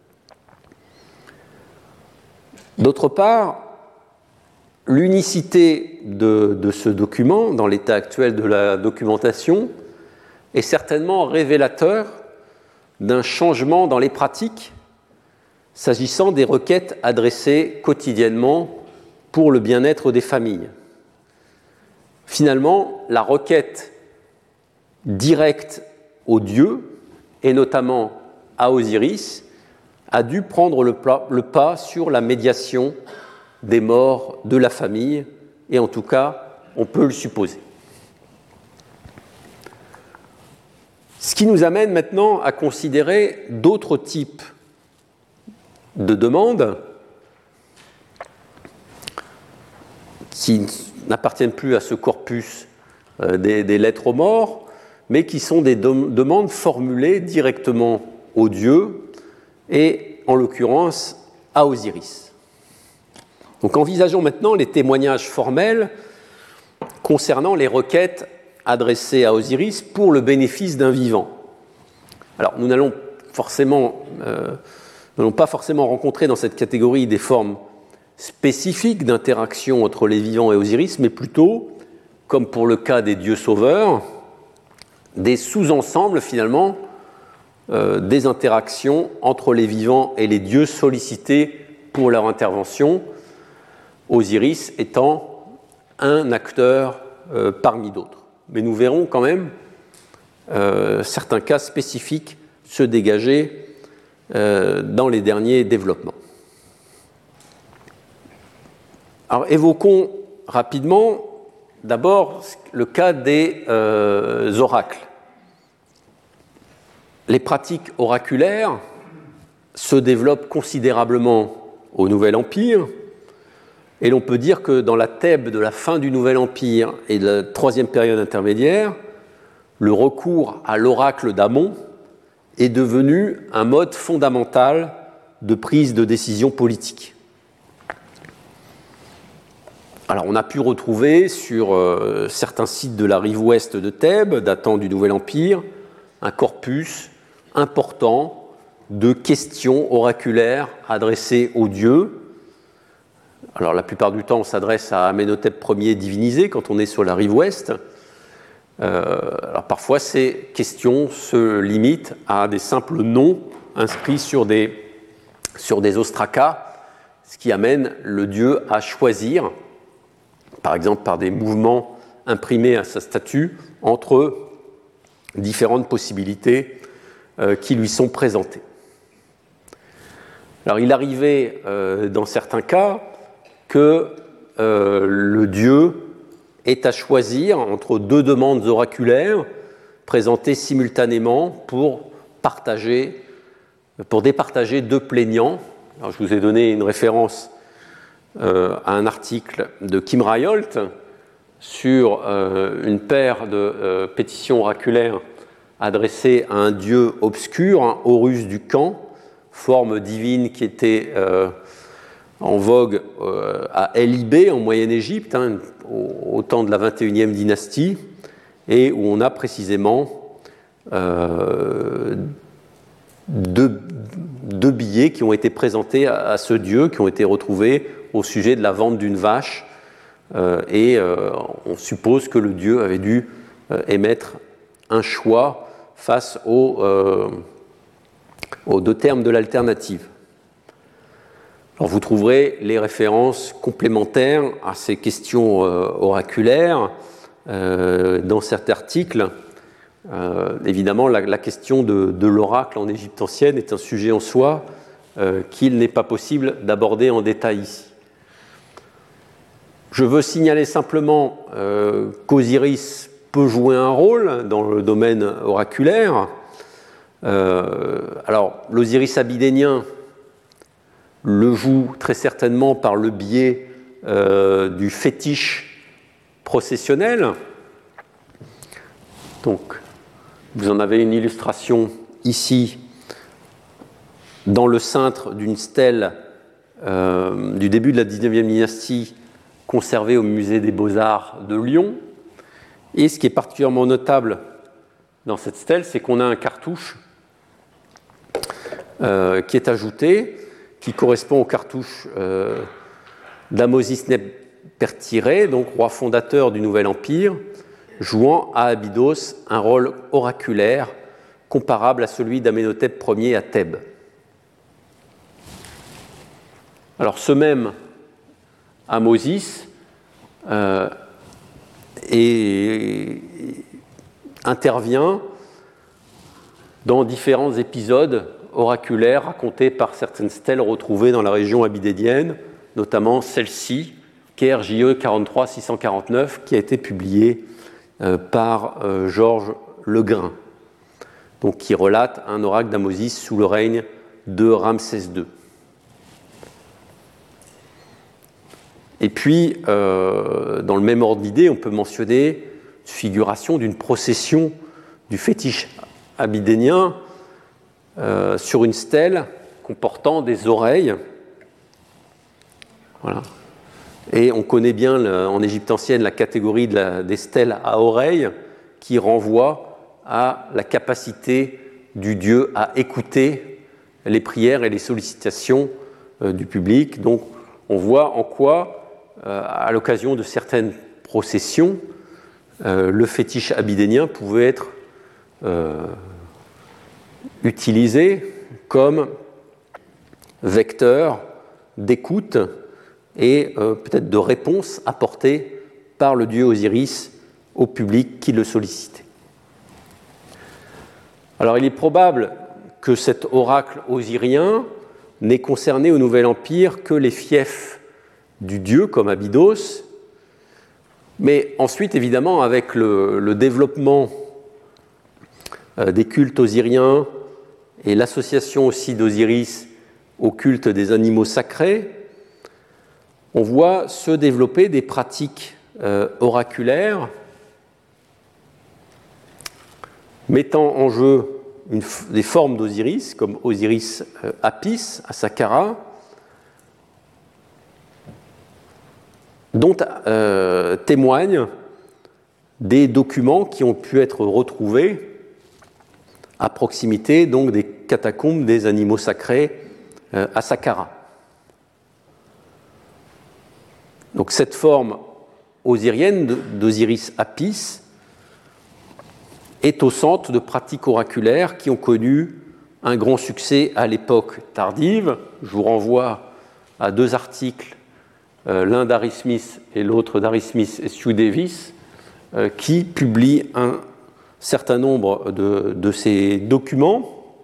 D'autre part, l'unicité de, de ce document, dans l'état actuel de la documentation, est certainement révélateur d'un changement dans les pratiques s'agissant des requêtes adressées quotidiennement pour le bien-être des familles. Finalement, la requête directe aux dieux, et notamment à Osiris, a dû prendre le pas sur la médiation des morts de la famille, et en tout cas, on peut le supposer. Ce qui nous amène maintenant à considérer d'autres types de demandes qui n'appartiennent plus à ce corpus des, des lettres aux morts, mais qui sont des de- demandes formulées directement aux dieux et, en l'occurrence, à Osiris. Donc, envisageons maintenant les témoignages formels concernant les requêtes adressé à Osiris pour le bénéfice d'un vivant. Alors, nous n'allons forcément, euh, nous n'allons pas forcément rencontrer dans cette catégorie des formes spécifiques d'interaction entre les vivants et Osiris, mais plutôt, comme pour le cas des dieux sauveurs, des sous-ensembles finalement euh, des interactions entre les vivants et les dieux sollicités pour leur intervention, Osiris étant un acteur euh, parmi d'autres. Mais nous verrons quand même euh, certains cas spécifiques se dégager euh, dans les derniers développements. Alors évoquons rapidement d'abord le cas des euh, oracles. Les pratiques oraculaires se développent considérablement au Nouvel Empire, et l'on peut dire que dans la Thèbes de la fin du Nouvel Empire et de la troisième période intermédiaire, le recours à l'oracle d'Amon est devenu un mode fondamental de prise de décision politique. Alors, on a pu retrouver sur euh, certains sites de la rive ouest de Thèbes, datant du Nouvel Empire, un corpus important de questions oraculaires adressées aux dieux. Alors, la plupart du temps, on s'adresse à Amenhotep Ier divinisé quand on est sur la rive ouest. Euh, alors, parfois, ces questions se limitent à des simples noms inscrits sur des, sur des ostracas, ce qui amène le dieu à choisir, par exemple par des mouvements imprimés à sa statue, entre différentes possibilités euh, qui lui sont présentées. Alors, il arrivait euh, dans certains cas que euh, le dieu ait à choisir entre deux demandes oraculaires présentées simultanément pour partager, pour départager deux plaignants. Alors, je vous ai donné une référence euh, à un article de Kim Ryolt sur euh, une paire de euh, pétitions oraculaires adressées à un dieu obscur, hein, Horus du Camp, forme divine qui était euh, en vogue euh, à El Ibé en Moyenne-Égypte, hein, au, au temps de la vingt et unième dynastie, et où on a précisément euh, deux, deux billets qui ont été présentés à, à ce dieu, qui ont été retrouvés au sujet de la vente d'une vache, euh, et euh, on suppose que le dieu avait dû euh, émettre un choix face aux, euh, aux deux termes de l'alternative. Alors vous trouverez les références complémentaires à ces questions euh, oraculaires euh, dans cet article. Euh, évidemment, la, la question de, de l'oracle en Égypte ancienne est un sujet en soi euh, qu'il n'est pas possible d'aborder en détail ici. Je veux signaler simplement euh, qu'Osiris peut jouer un rôle dans le domaine oraculaire. Euh, alors, l'Osiris abydénien le joue très certainement par le biais euh, du fétiche processionnel. Donc, vous en avez une illustration ici dans le cintre d'une stèle euh, du début de la dix-neuvième dynastie conservée au musée des Beaux-Arts de Lyon. Et ce qui est particulièrement notable dans cette stèle, c'est qu'on a un cartouche euh, qui est ajouté, qui correspond au cartouche euh, d'Amosis Nefertiré, donc roi fondateur du Nouvel Empire, jouant à Abydos un rôle oraculaire comparable à celui d'Amenhotep Ier à Thèbes. Alors ce même Amosis euh, et, intervient dans différents épisodes oraculaires racontés par certaines stèles retrouvées dans la région abydénienne, notamment celle-ci, K R J E quarante-trois six cent quarante-neuf, qui a été publiée euh, par euh, Georges Legrain, donc qui relate un oracle d'Amosis sous le règne de Ramsès deux. Et puis, euh, dans le même ordre d'idée, on peut mentionner une figuration d'une procession du fétiche abydénien euh, sur une stèle comportant des oreilles. Voilà. Et on connaît bien le, en Égypte ancienne la catégorie de la, des stèles à oreilles, qui renvoie à la capacité du Dieu à écouter les prières et les sollicitations euh, du public. Donc on voit en quoi, euh, à l'occasion de certaines processions, euh, le fétiche abydénien pouvait être euh, utilisé comme vecteur d'écoute et euh, peut-être de réponse apportée par le dieu Osiris au public qui le sollicitait. Alors il est probable que cet oracle osirien n'ait concerné au Nouvel Empire que les fiefs du dieu comme Abydos, mais ensuite évidemment avec le, le développement euh, des cultes osiriens et l'association aussi d'Osiris au culte des animaux sacrés, on voit se développer des pratiques euh, oraculaires mettant en jeu une, des formes d'Osiris, comme Osiris euh, Apis à Saqqara, dont euh, témoignent des documents qui ont pu être retrouvés à proximité donc, des catacombes des animaux sacrés euh, à Saqqara. Donc cette forme osirienne d'Osiris Apis est au centre de pratiques oraculaires qui ont connu un grand succès à l'époque tardive. Je vous renvoie à deux articles, euh, l'un d'Harry Smith et l'autre d'Harry Smith et Stu Davis, euh, qui publient un certain nombre de, de ces documents.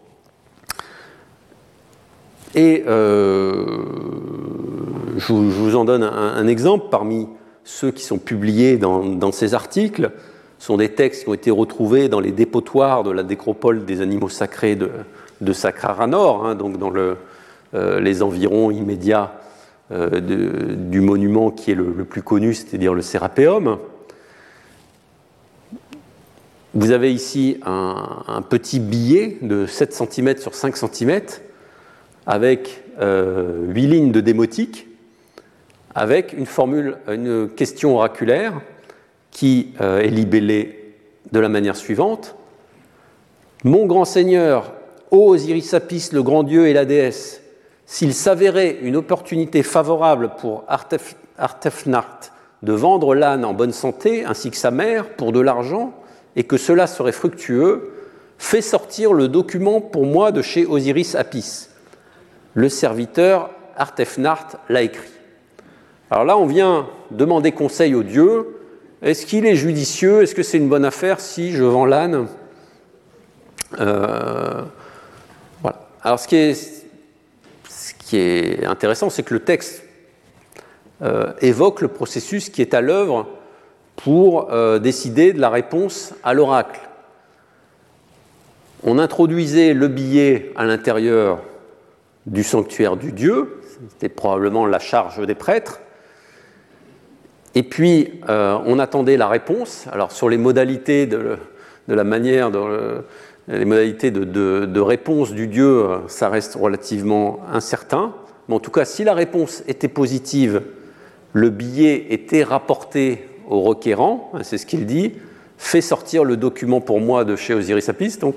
Et euh, je, vous, je vous en donne un, un exemple parmi ceux qui sont publiés dans, dans ces articles. Ce sont des textes qui ont été retrouvés dans les dépotoirs de la nécropole des animaux sacrés de, de Saqqara Nord, hein, donc dans le, euh, les environs immédiats euh, de, du monument qui est le, le plus connu, c'est-à-dire le Sérapéum. Vous avez ici un, un petit billet de sept centimètres sur cinq centimètres avec euh, huit lignes de démotique, avec une formule, une question oraculaire qui euh, est libellée de la manière suivante. Mon grand seigneur, ô Osiris Apis, le grand dieu et la déesse, s'il s'avérait une opportunité favorable pour Artef, Artefnart de vendre l'âne en bonne santé, ainsi que sa mère, pour de l'argent, et que cela serait fructueux, fais sortir le document pour moi de chez Osiris Apis. Le serviteur Artefnart l'a écrit. Alors là, on vient demander conseil au dieu. Est-ce qu'il est judicieux? Est-ce que c'est une bonne affaire si je vends l'âne? euh, Voilà. Alors, ce qui est, ce qui est intéressant, c'est que le texte euh, évoque le processus qui est à l'œuvre pour euh, décider de la réponse à l'oracle. On introduisait le billet à l'intérieur du sanctuaire du dieu, c'était probablement la charge des prêtres. Et puis, euh, on attendait la réponse. Alors, sur les modalités de, de la manière, de, le, les modalités de, de, de réponse du dieu, ça reste relativement incertain. Mais en tout cas, si la réponse était positive, le billet était rapporté au requérant, c'est ce qu'il dit, fais sortir le document pour moi de chez Osiris Apis. Donc,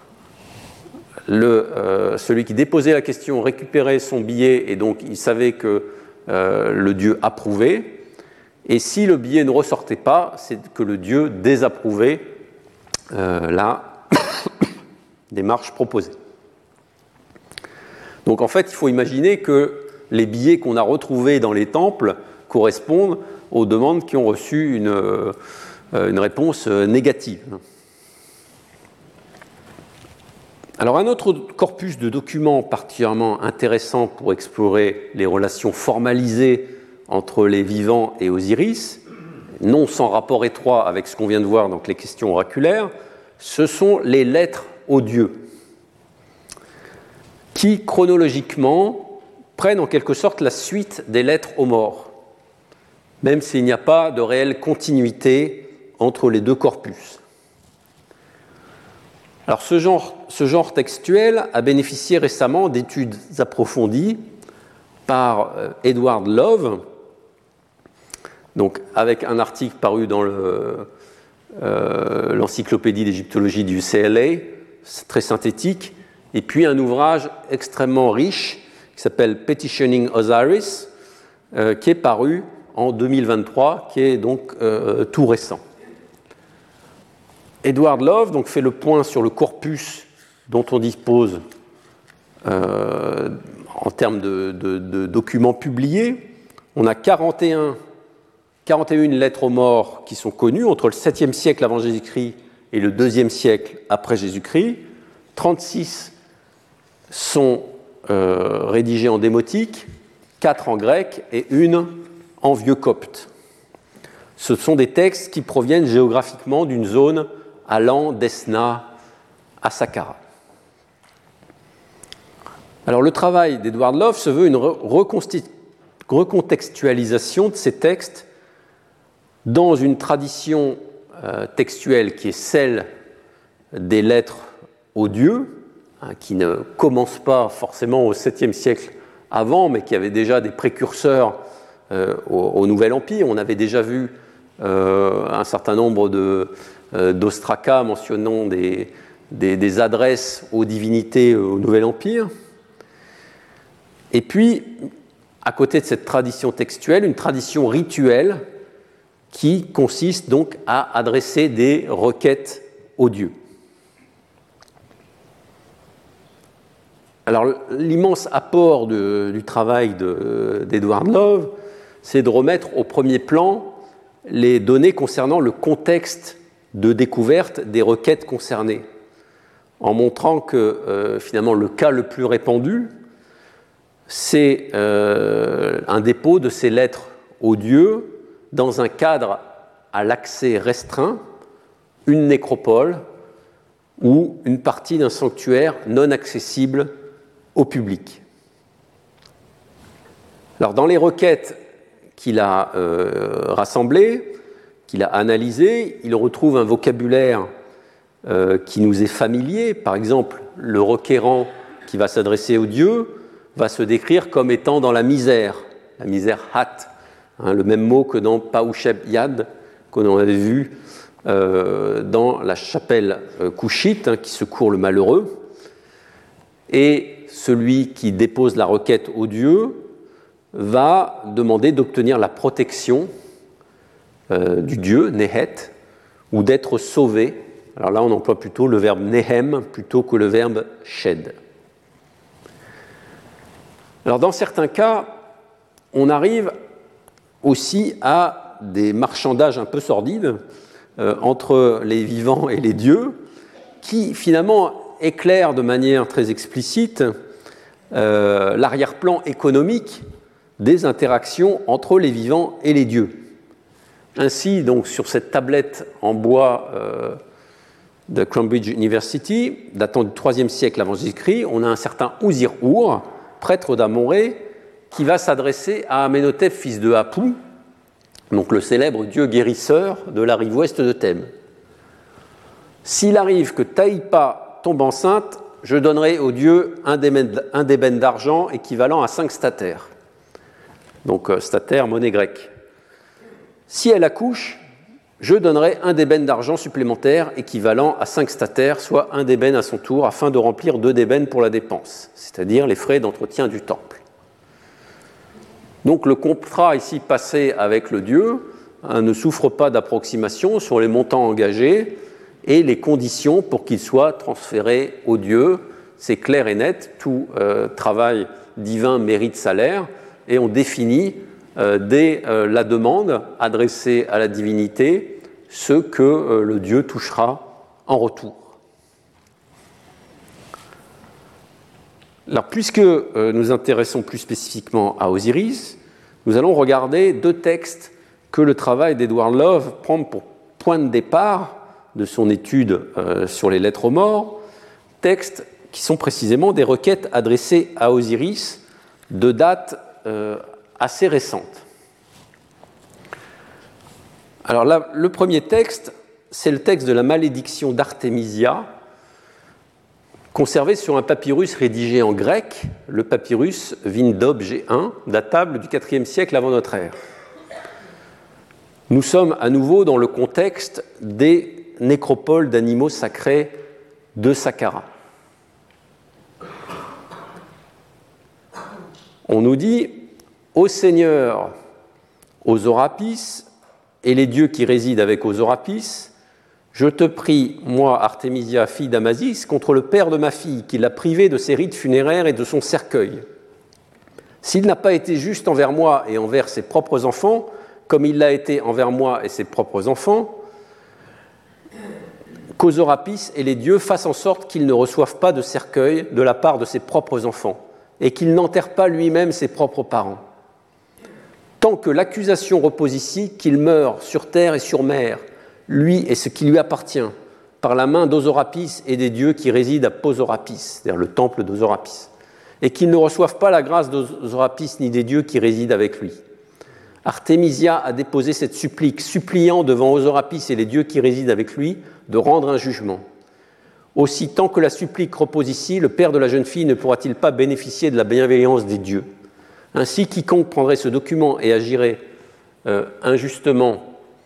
le, euh, celui qui déposait la question récupérait son billet et donc il savait que euh, le dieu approuvait. Et si le billet ne ressortait pas, c'est que le dieu désapprouvait euh, la démarche proposée. Donc en fait, il faut imaginer que les billets qu'on a retrouvés dans les temples correspondent aux demandes qui ont reçu une, euh, une réponse négative. Alors un autre corpus de documents particulièrement intéressant pour explorer les relations formalisées entre les vivants et Osiris, non sans rapport étroit avec ce qu'on vient de voir, donc les questions oraculaires, ce sont les lettres aux dieux, qui chronologiquement prennent en quelque sorte la suite des lettres aux morts, même s'il n'y a pas de réelle continuité entre les deux corpus. Alors ce genre, ce genre textuel a bénéficié récemment d'études approfondies par Edward Love, donc avec un article paru dans le euh, l'encyclopédie d'égyptologie du U C L A, très synthétique, et puis un ouvrage extrêmement riche qui s'appelle Petitioning Osiris, euh, qui est paru en deux mille vingt-trois, qui est donc euh, tout récent. Edward Love donc, fait le point sur le corpus dont on dispose euh, en termes de, de, de documents publiés. On a quarante et un, quarante et une lettres aux morts qui sont connues entre le septième siècle avant Jésus-Christ et le deuxième siècle après Jésus-Christ. trente-six sont euh, rédigées en démotique, quatre en grec et une en vieux copte. Ce sont des textes qui proviennent géographiquement d'une zone allant d'Esna à Saqqara. Alors le travail d'Edward Love se veut une reconsti- recontextualisation de ces textes dans une tradition euh, textuelle qui est celle des lettres aux dieux, hein, qui ne commence pas forcément au septième siècle avant, mais qui avait déjà des précurseurs euh, au, au Nouvel Empire. On avait déjà vu euh, un certain nombre de, euh, d'ostracas mentionnant des, des, des adresses aux divinités au Nouvel Empire. Et puis, à côté de cette tradition textuelle, une tradition rituelle qui consiste donc à adresser des requêtes aux dieux. Alors, l'immense apport de, du travail de, d'Edward Love, c'est de remettre au premier plan les données concernant le contexte de découverte des requêtes concernées, en montrant que euh, finalement le cas le plus répandu, c'est euh, un dépôt de ces lettres aux dieux dans un cadre à l'accès restreint, une nécropole ou une partie d'un sanctuaire non accessible au public. Alors, dans les requêtes qu'il a euh, rassemblées, qu'il a analysées, il retrouve un vocabulaire euh, qui nous est familier. Par exemple, le requérant qui va s'adresser aux dieux va se décrire comme étant dans la misère, la misère hat, hein, le même mot que dans Pausheb Yad, qu'on avait vu euh, dans la chapelle euh, couchite, hein, qui secourt le malheureux. Et celui qui dépose la requête au dieu va demander d'obtenir la protection euh, du dieu, Nehet, ou d'être sauvé. Alors là, on emploie plutôt le verbe Nehem plutôt que le verbe Shed. Alors dans certains cas, on arrive aussi à des marchandages un peu sordides euh, entre les vivants et les dieux, qui finalement éclairent de manière très explicite euh, l'arrière-plan économique des interactions entre les vivants et les dieux. Ainsi, donc, sur cette tablette en bois euh, de Cambridge University, datant du troisième siècle avant Jésus-Christ, on a un certain Uzir-Ur, prêtre d'Amoré, qui va s'adresser à Amenhotep, fils de Apu, donc le célèbre dieu guérisseur de la rive ouest de Thèbes. S'il arrive que Taïpa tombe enceinte, je donnerai au dieu un débène d'argent équivalent à cinq statères. Donc statère, monnaie grecque. Si elle accouche, je donnerai un débène d'argent supplémentaire équivalent à cinq statères, soit un débène à son tour, afin de remplir deux débènes pour la dépense, c'est-à-dire les frais d'entretien du temple. Donc le contrat ici passé avec le dieu hein, ne souffre pas d'approximation sur les montants engagés et les conditions pour qu'il soit transféré au dieu. C'est clair et net, tout euh, travail divin mérite salaire, et on définit euh, dès euh, la demande adressée à la divinité ce que euh, le dieu touchera en retour. Alors, puisque euh, nous intéressons plus spécifiquement à Osiris, nous allons regarder deux textes que le travail d'Edward Love prend pour point de départ de son étude euh, sur les lettres aux morts, textes qui sont précisément des requêtes adressées à Osiris de date euh, assez récente. Alors là, le premier texte, c'est le texte de la malédiction d'Artémisia, conservé sur un papyrus rédigé en grec, le papyrus Vindob G un, datable du quatrième siècle avant notre ère. Nous sommes à nouveau dans le contexte des nécropoles d'animaux sacrés de Saqqara. On nous dit « Ô Seigneur, Osor-Apis, et les dieux qui résident avec Osor-Apis, je te prie, moi, Artémisia, fille d'Amasis, contre le père de ma fille, qui l'a privé de ses rites funéraires et de son cercueil. S'il n'a pas été juste envers moi et envers ses propres enfants, comme il l'a été envers moi et ses propres enfants, qu'Osor-Apis et les dieux fassent en sorte qu'il ne reçoive pas de cercueil de la part de ses propres enfants, et qu'il n'enterre pas lui-même ses propres parents. Tant que l'accusation repose ici, qu'il meure sur terre et sur mer, lui et ce qui lui appartient, par la main d'Osor-Apis et des dieux qui résident à Posor-Apis, c'est-à-dire le temple d'Osor-Apis, et qu'il ne reçoive pas la grâce d'Osor-Apis ni des dieux qui résident avec lui. Artémisia a déposé cette supplique, suppliant devant Osor-Apis et les dieux qui résident avec lui de rendre un jugement. Aussi, tant que la supplique repose ici, le père de la jeune fille ne pourra-t-il pas bénéficier de la bienveillance des dieux. Ainsi, quiconque prendrait ce document et agirait euh, injustement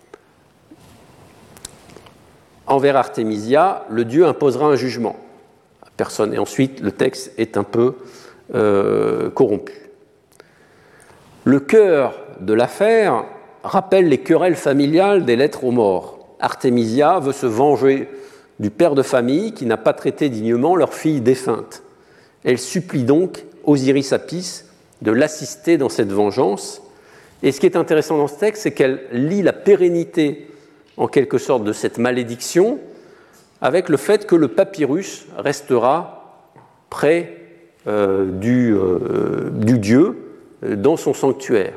envers Artémisia, le dieu imposera un jugement à personne. Et ensuite, le texte est un peu euh, corrompu. Le cœur de l'affaire rappelle les querelles familiales des lettres aux morts. Artémisia veut se venger du père de famille qui n'a pas traité dignement leur fille défunte. Elle supplie donc Osiris-Apis de l'assister dans cette vengeance. Et ce qui est intéressant dans ce texte, c'est qu'elle lie la pérennité, en quelque sorte, de cette malédiction avec le fait que le papyrus restera près euh, du, euh, du dieu euh, dans son sanctuaire.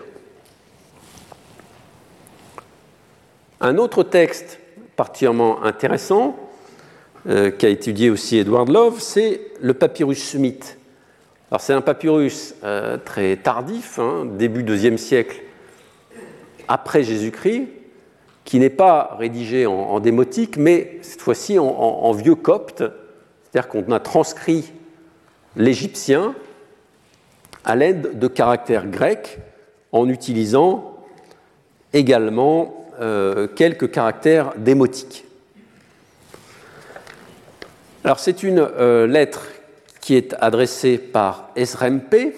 Un autre texte particulièrement intéressant, euh, qu'a étudié aussi Edward Love, c'est le papyrus Smith. Alors c'est un papyrus euh, très tardif, hein, début deuxième siècle après Jésus-Christ, qui n'est pas rédigé en, en démotique, mais cette fois-ci en, en, en vieux copte, c'est-à-dire qu'on a transcrit l'égyptien à l'aide de caractères grecs en utilisant également euh, quelques caractères démotiques. Alors c'est une euh, lettre qui est adressée par Ezrempé,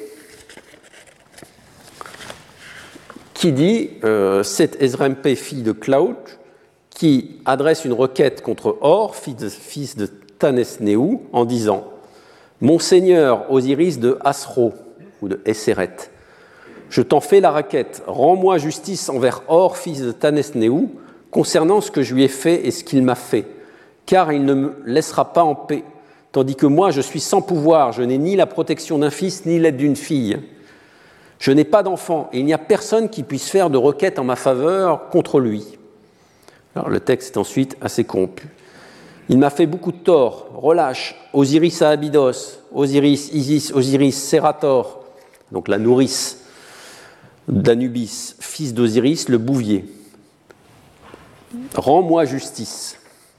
qui dit euh, c'est Ezrempé, fille de Claude, qui adresse une requête contre Or, fils de, fils de Tanesnéou, en disant « Mon seigneur Osiris de Asro, ou de Esseret, je t'en fais la requête, rends-moi justice envers Or, fils de Tanesnéou, concernant ce que je lui ai fait et ce qu'il m'a fait, car il ne me laissera pas en paix, tandis que moi je suis sans pouvoir, je n'ai ni la protection d'un fils ni l'aide d'une fille. Je n'ai pas d'enfant, et il n'y a personne qui puisse faire de requête en ma faveur contre lui. » Alors le texte est ensuite assez corrompu. « Il m'a fait beaucoup de tort, relâche, Osiris à Abydos, Osiris, Isis, Osiris, Serator, donc la nourrice d'Anubis, fils d'Osiris, le bouvier. Rends-moi justice. »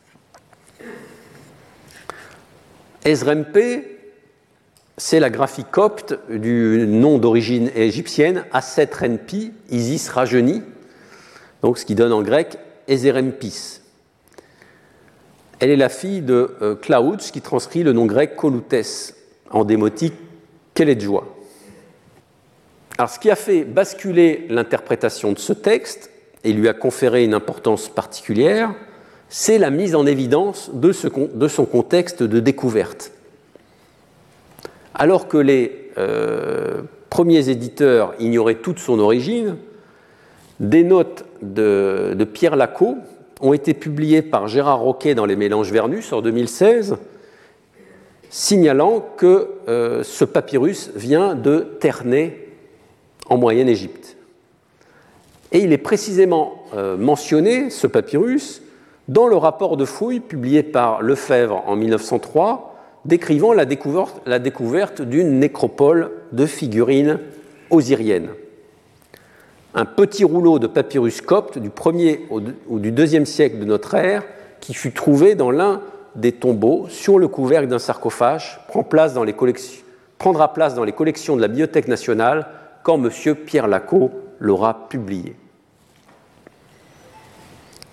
Ezrempé, c'est la graphie copte du nom d'origine égyptienne, Aset-Renpi, Isis rajeuni, donc ce qui donne en grec Ezerempis. Elle est la fille de euh, Claude, qui transcrit le nom grec Koloutès, en démotique Keledjoa. Alors ce qui a fait basculer l'interprétation de ce texte et lui a conféré une importance particulière, c'est la mise en évidence de, ce, de son contexte de découverte. Alors que les euh, premiers éditeurs ignoraient toute son origine, des notes de, de Pierre Lacot ont été publiées par Gérard Roquet dans les Mélanges Vernus en deux mille seize, signalant que euh, ce papyrus vient de Ternay, en Moyenne-Égypte. Et il est précisément euh, mentionné, ce papyrus, dans le rapport de fouilles publié par Lefebvre en mille neuf cent trois, décrivant la découverte, la découverte d'une nécropole de figurines osiriennes. Un petit rouleau de papyrus copte du premier ou du deuxième siècle de notre ère, qui fut trouvé dans l'un des tombeaux sur le couvercle d'un sarcophage, prend place dans les collections, prendra place dans les collections de la Bibliothèque nationale quand M. Pierre Lacot l'aura publié.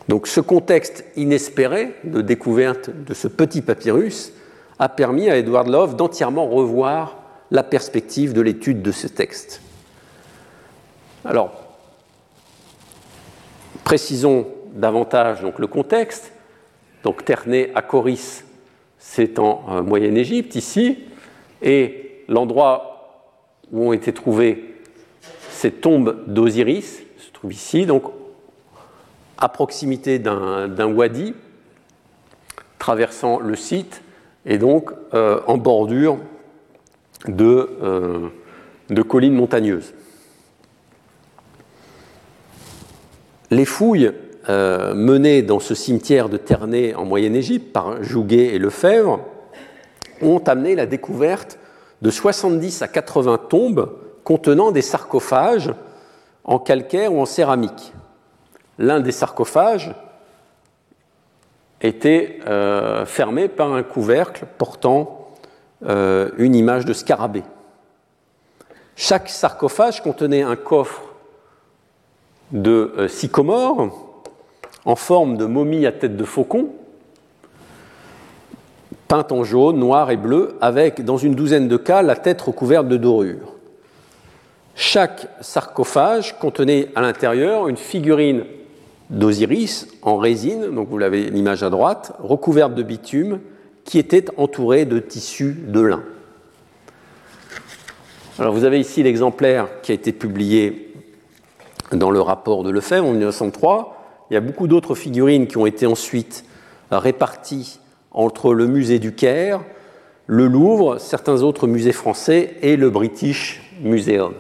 Donc ce contexte inespéré de découverte de ce petit papyrus a permis à Edward Love d'entièrement revoir la perspective de l'étude de ce texte. Alors, précisons davantage donc, le contexte. Donc Ternée à Choris, c'est en euh, Moyenne-Égypte, ici, et l'endroit où ont été trouvées ces tombes d'Osiris se trouve ici, donc à proximité d'un, d'un wadi, traversant le site, et donc euh, en bordure de, euh, de collines montagneuses. Les fouilles euh, menées dans ce cimetière de Ternée en Moyenne-Égypte par Jouguet et Lefebvre ont amené la découverte de soixante-dix à quatre-vingts tombes contenant des sarcophages en calcaire ou en céramique. L'un des sarcophages était euh, fermé par un couvercle portant euh, une image de scarabée. Chaque sarcophage contenait un coffre de euh, sycomore en forme de momie à tête de faucon, peinte en jaune, noir et bleu, avec, dans une douzaine de cas, la tête recouverte de dorure. Chaque sarcophage contenait à l'intérieur une figurine d'Osiris en résine, donc vous l'avez l'image à droite, recouverte de bitume, qui était entourée de tissus de lin. Alors vous avez ici l'exemplaire qui a été publié dans le rapport de Lefebvre en mille neuf cent trois. Il y a beaucoup d'autres figurines qui ont été ensuite réparties entre le musée du Caire, le Louvre, certains autres musées français et le British Museum.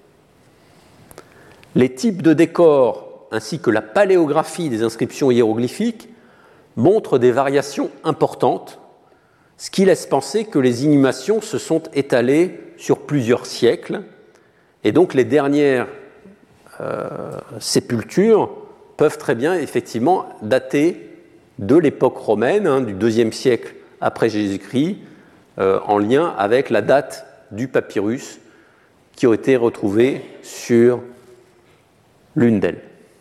Les types de décors ainsi que la paléographie des inscriptions hiéroglyphiques montrent des variations importantes, ce qui laisse penser que les inhumations se sont étalées sur plusieurs siècles, et donc les dernières euh, sépultures peuvent très bien effectivement dater de l'époque romaine, hein, du deuxième siècle après Jésus-Christ, euh, en lien avec la date du papyrus qui a été retrouvé sur l'une d'elles.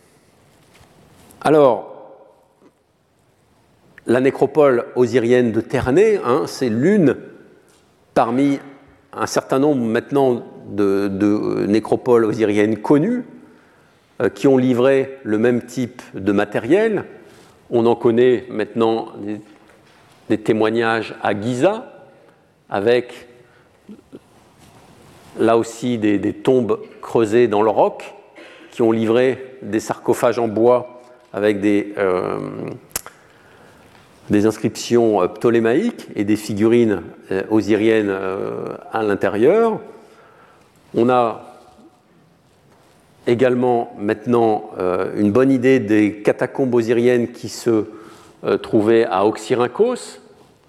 Alors, la nécropole osirienne de Ternée, hein, c'est l'une parmi un certain nombre maintenant de, de nécropoles osiriennes connues euh, qui ont livré le même type de matériel. On en connaît maintenant des, des témoignages à Giza, avec là aussi des, des tombes creusées dans le roc qui ont livré des sarcophages en bois avec des, euh, des inscriptions ptolémaïques et des figurines euh, osiriennes euh, à l'intérieur. On a également maintenant euh, une bonne idée des catacombes osiriennes qui se euh, trouvaient à Oxyrhynchos,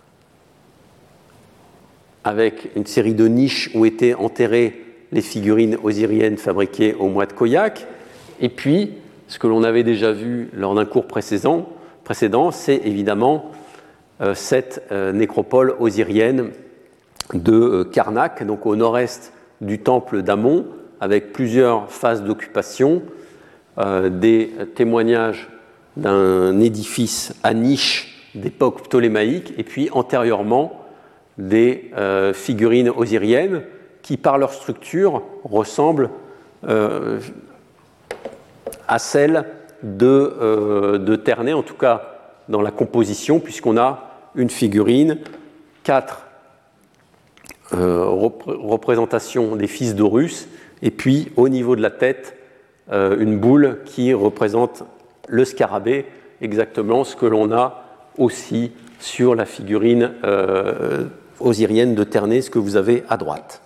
avec une série de niches où étaient enterrées les figurines osiriennes fabriquées au mois de Khoiak. Et puis, ce que l'on avait déjà vu lors d'un cours précédent, précédent c'est évidemment euh, cette euh, nécropole osirienne de euh, Karnak, donc au nord-est du temple d'Amon, avec plusieurs phases d'occupation, euh, des témoignages d'un édifice à niche d'époque ptolémaïque, et puis antérieurement des euh, figurines osiriennes qui, par leur structure, ressemblent euh, à celle de, euh, de Ternée, en tout cas dans la composition, puisqu'on a une figurine, quatre euh, rep- représentations des fils d'Horus, et puis au niveau de la tête, euh, une boule qui représente le scarabée, exactement ce que l'on a aussi sur la figurine euh, osirienne de Ternée, ce que vous avez à droite.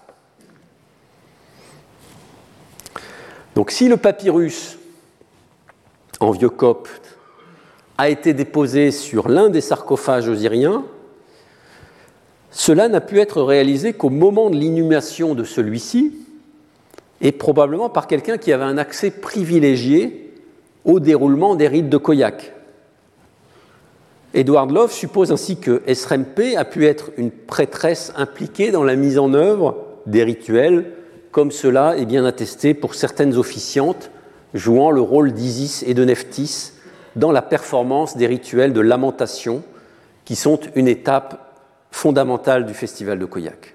Donc si le papyrus en vieux copte a été déposé sur l'un des sarcophages osiriens, cela n'a pu être réalisé qu'au moment de l'inhumation de celui-ci, et probablement par quelqu'un qui avait un accès privilégié au déroulement des rites de Khoiak. Edward Love suppose ainsi que S R M P a pu être une prêtresse impliquée dans la mise en œuvre des rituels, comme cela est bien attesté pour certaines officiantes jouant le rôle d'Isis et de Nephthys dans la performance des rituels de lamentation qui sont une étape fondamentale du festival de Kauyak.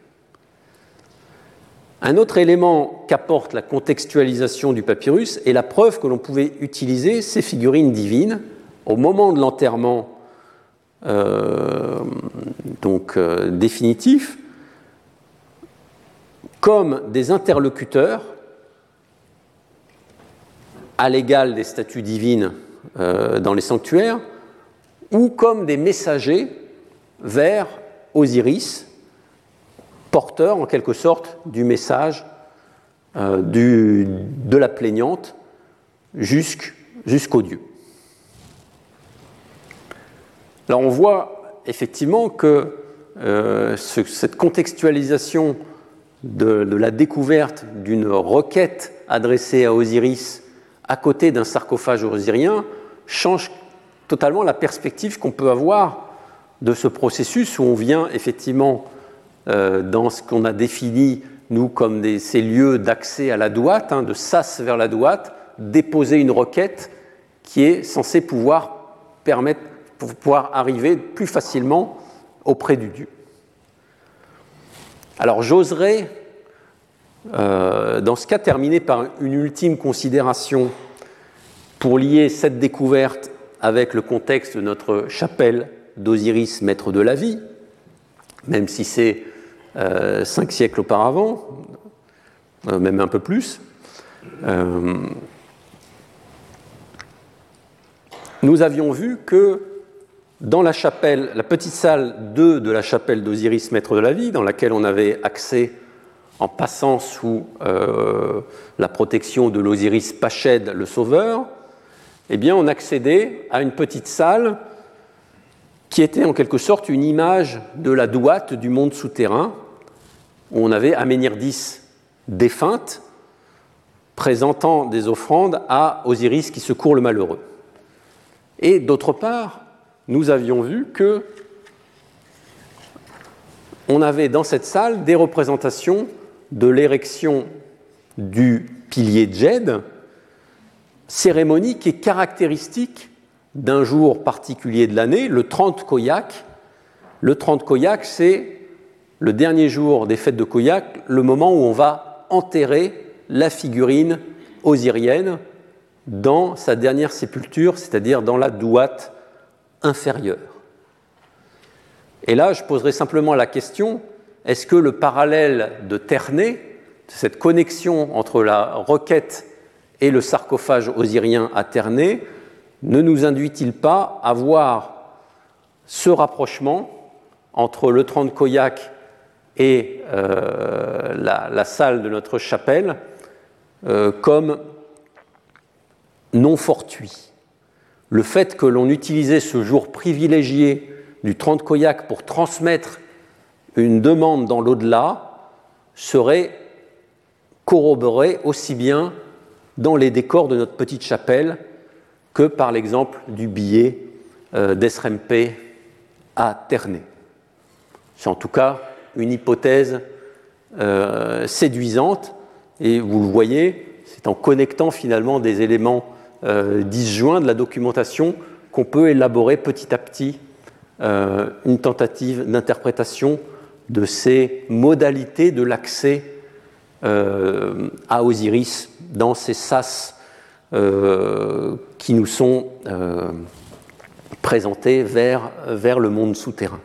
Un autre élément qu'apporte la contextualisation du papyrus est la preuve que l'on pouvait utiliser ces figurines divines au moment de l'enterrement euh, donc, euh, définitif comme des interlocuteurs à l'égal des statues divines euh, dans les sanctuaires ou comme des messagers vers Osiris, porteurs en quelque sorte du message euh, du, de la plaignante jusqu', jusqu'au dieu. Alors on voit effectivement que euh, ce, cette contextualisation de, de la découverte d'une requête adressée à Osiris à côté d'un sarcophage osirien change totalement la perspective qu'on peut avoir de ce processus où on vient effectivement euh, dans ce qu'on a défini nous comme des, ces lieux d'accès à la douate, hein, de sas vers la douate, déposer une requête qui est censée pouvoir permettre pour pouvoir arriver plus facilement auprès du dieu. Alors j'oserais, euh, dans ce cas, terminer par une ultime considération pour lier cette découverte avec le contexte de notre chapelle d'Osiris, maître de la vie, même si c'est euh, cinq siècles auparavant, euh, même un peu plus. Euh, nous avions vu que dans la chapelle, la petite salle deux de la chapelle d'Osiris, maître de la vie, dans laquelle on avait accès en passant sous euh, la protection de l'Osiris Pached, le sauveur, eh bien, on accédait à une petite salle qui était en quelque sorte une image de la douate du monde souterrain, où on avait Aménirdis défunte, présentant des offrandes à Osiris qui secourt le malheureux. Et d'autre part, nous avions vu que on avait dans cette salle des représentations de l'érection du pilier Djed, cérémonie qui est caractéristique d'un jour particulier de l'année, le trente Kauyak. Le trente Kauyak, c'est le dernier jour des fêtes de Kauyak, le moment où on va enterrer la figurine osirienne dans sa dernière sépulture, c'est-à-dire dans la douate inférieure. Et là, je poserai simplement la question, est-ce que le parallèle de Ternay, cette connexion entre la requête et le sarcophage osirien à Ternay, ne nous induit-il pas à voir ce rapprochement entre le trente Kauyak et euh, la, la salle de notre chapelle euh, comme non fortuit? Le fait que l'on utilisait ce jour privilégié du trente Kauyak pour transmettre une demande dans l'au-delà serait corroboré aussi bien dans les décors de notre petite chapelle que par l'exemple du billet euh, d'Esrempe à Ternay. C'est en tout cas une hypothèse euh, séduisante, et vous le voyez, c'est en connectant finalement des éléments euh, disjoints de la documentation qu'on peut élaborer petit à petit euh, une tentative d'interprétation de ces modalités de l'accès euh, à Osiris dans ces sas Euh, qui nous sont euh, présentés vers, vers le monde souterrain.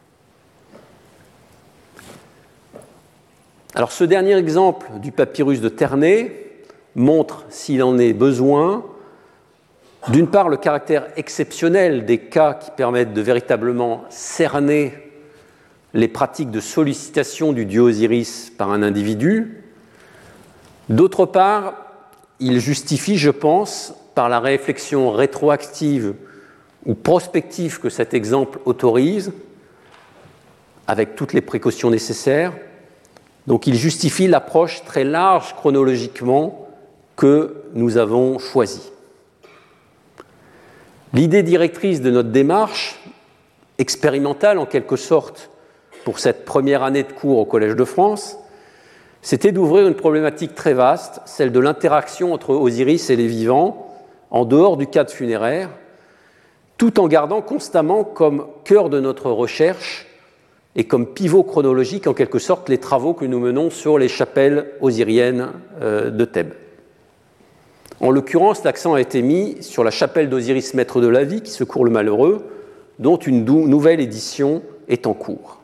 Alors ce dernier exemple du papyrus de Ternay montre, s'il en est besoin, d'une part le caractère exceptionnel des cas qui permettent de véritablement cerner les pratiques de sollicitation du dieu Osiris par un individu, d'autre part il justifie, je pense, par la réflexion rétroactive ou prospective que cet exemple autorise, avec toutes les précautions nécessaires. Donc il justifie l'approche très large chronologiquement que nous avons choisie. L'idée directrice de notre démarche, expérimentale en quelque sorte pour cette première année de cours au Collège de France, c'était d'ouvrir une problématique très vaste, celle de l'interaction entre Osiris et les vivants, en dehors du cadre funéraire, tout en gardant constamment comme cœur de notre recherche et comme pivot chronologique, en quelque sorte, les travaux que nous menons sur les chapelles osiriennes de Thèbes. En l'occurrence, l'accent a été mis sur la chapelle d'Osiris, maître de la vie, qui secourt le malheureux, dont une dou- nouvelle édition est en cours.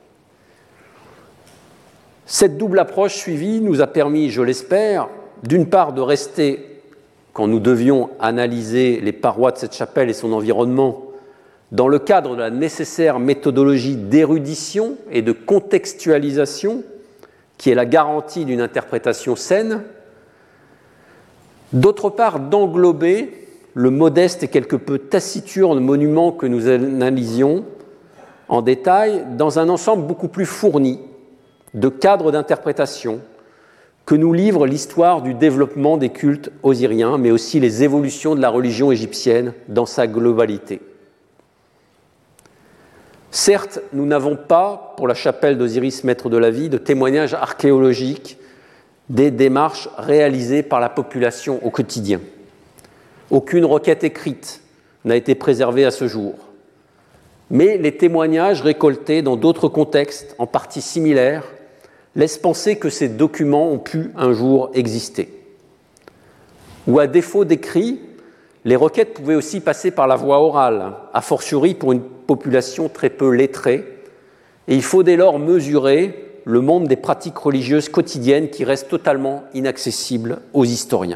Cette double approche suivie nous a permis, je l'espère, d'une part de rester, quand nous devions analyser les parois de cette chapelle et son environnement, dans le cadre de la nécessaire méthodologie d'érudition et de contextualisation, qui est la garantie d'une interprétation saine, d'autre part d'englober le modeste et quelque peu taciturne monument que nous analysions en détail dans un ensemble beaucoup plus fourni de cadres d'interprétation que nous livre l'histoire du développement des cultes osiriens, mais aussi les évolutions de la religion égyptienne dans sa globalité. Certes, nous n'avons pas, pour la chapelle d'Osiris, maître de la vie, de témoignages archéologiques des démarches réalisées par la population au quotidien. Aucune requête écrite n'a été préservée à ce jour. Mais les témoignages récoltés dans d'autres contextes, en partie similaires, laissent penser que ces documents ont pu un jour exister. Ou à défaut d'écrit, les requêtes pouvaient aussi passer par la voie orale, a fortiori pour une population très peu lettrée, et il faut dès lors mesurer le monde des pratiques religieuses quotidiennes qui restent totalement inaccessibles aux historiens.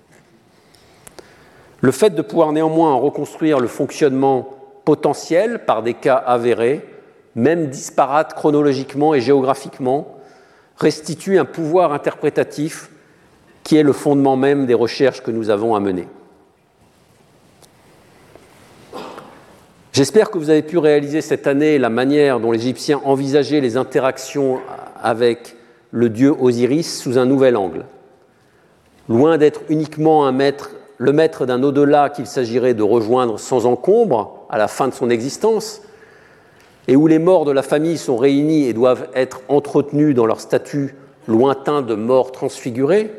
Le fait de pouvoir néanmoins reconstruire le fonctionnement potentiel par des cas avérés, même disparates chronologiquement et géographiquement, restitue un pouvoir interprétatif qui est le fondement même des recherches que nous avons à mener. J'espère que vous avez pu réaliser cette année la manière dont les Égyptiens envisageaient les interactions avec le dieu Osiris sous un nouvel angle. Loin d'être uniquement un maître, le maître d'un au-delà qu'il s'agirait de rejoindre sans encombre à la fin de son existence, et où les morts de la famille sont réunis et doivent être entretenus dans leur statut lointain de mort transfigurée,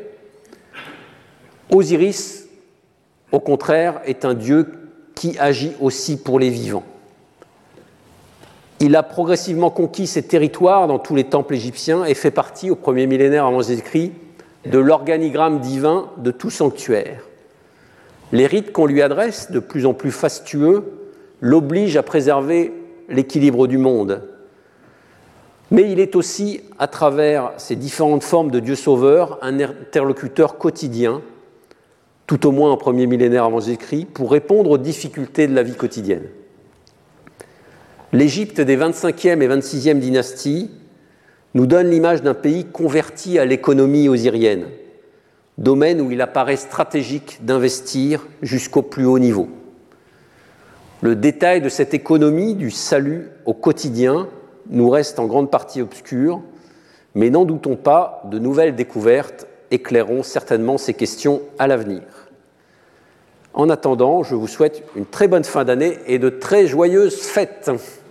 Osiris, au contraire, est un dieu qui agit aussi pour les vivants. Il a progressivement conquis ses territoires dans tous les temples égyptiens et fait partie, au premier millénaire avant Jésus-Christ, de l'organigramme divin de tout sanctuaire. Les rites qu'on lui adresse, de plus en plus fastueux, l'obligent à préserver l'équilibre du monde. Mais il est aussi, à travers ces différentes formes de Dieu sauveur, un interlocuteur quotidien, tout au moins en premier millénaire avant Jésus-Christ, pour répondre aux difficultés de la vie quotidienne. L'Égypte des vingt-cinquième et vingt-sixième dynasties nous donne l'image d'un pays converti à l'économie osirienne, domaine où il apparaît stratégique d'investir jusqu'au plus haut niveau. Le détail de cette économie du salut au quotidien nous reste en grande partie obscur, mais n'en doutons pas, de nouvelles découvertes éclaireront certainement ces questions à l'avenir. En attendant, je vous souhaite une très bonne fin d'année et de très joyeuses fêtes.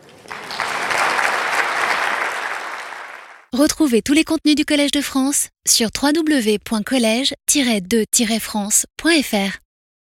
Retrouvez tous les contenus du Collège de France sur w w w point collège tiret de tiret france point f r.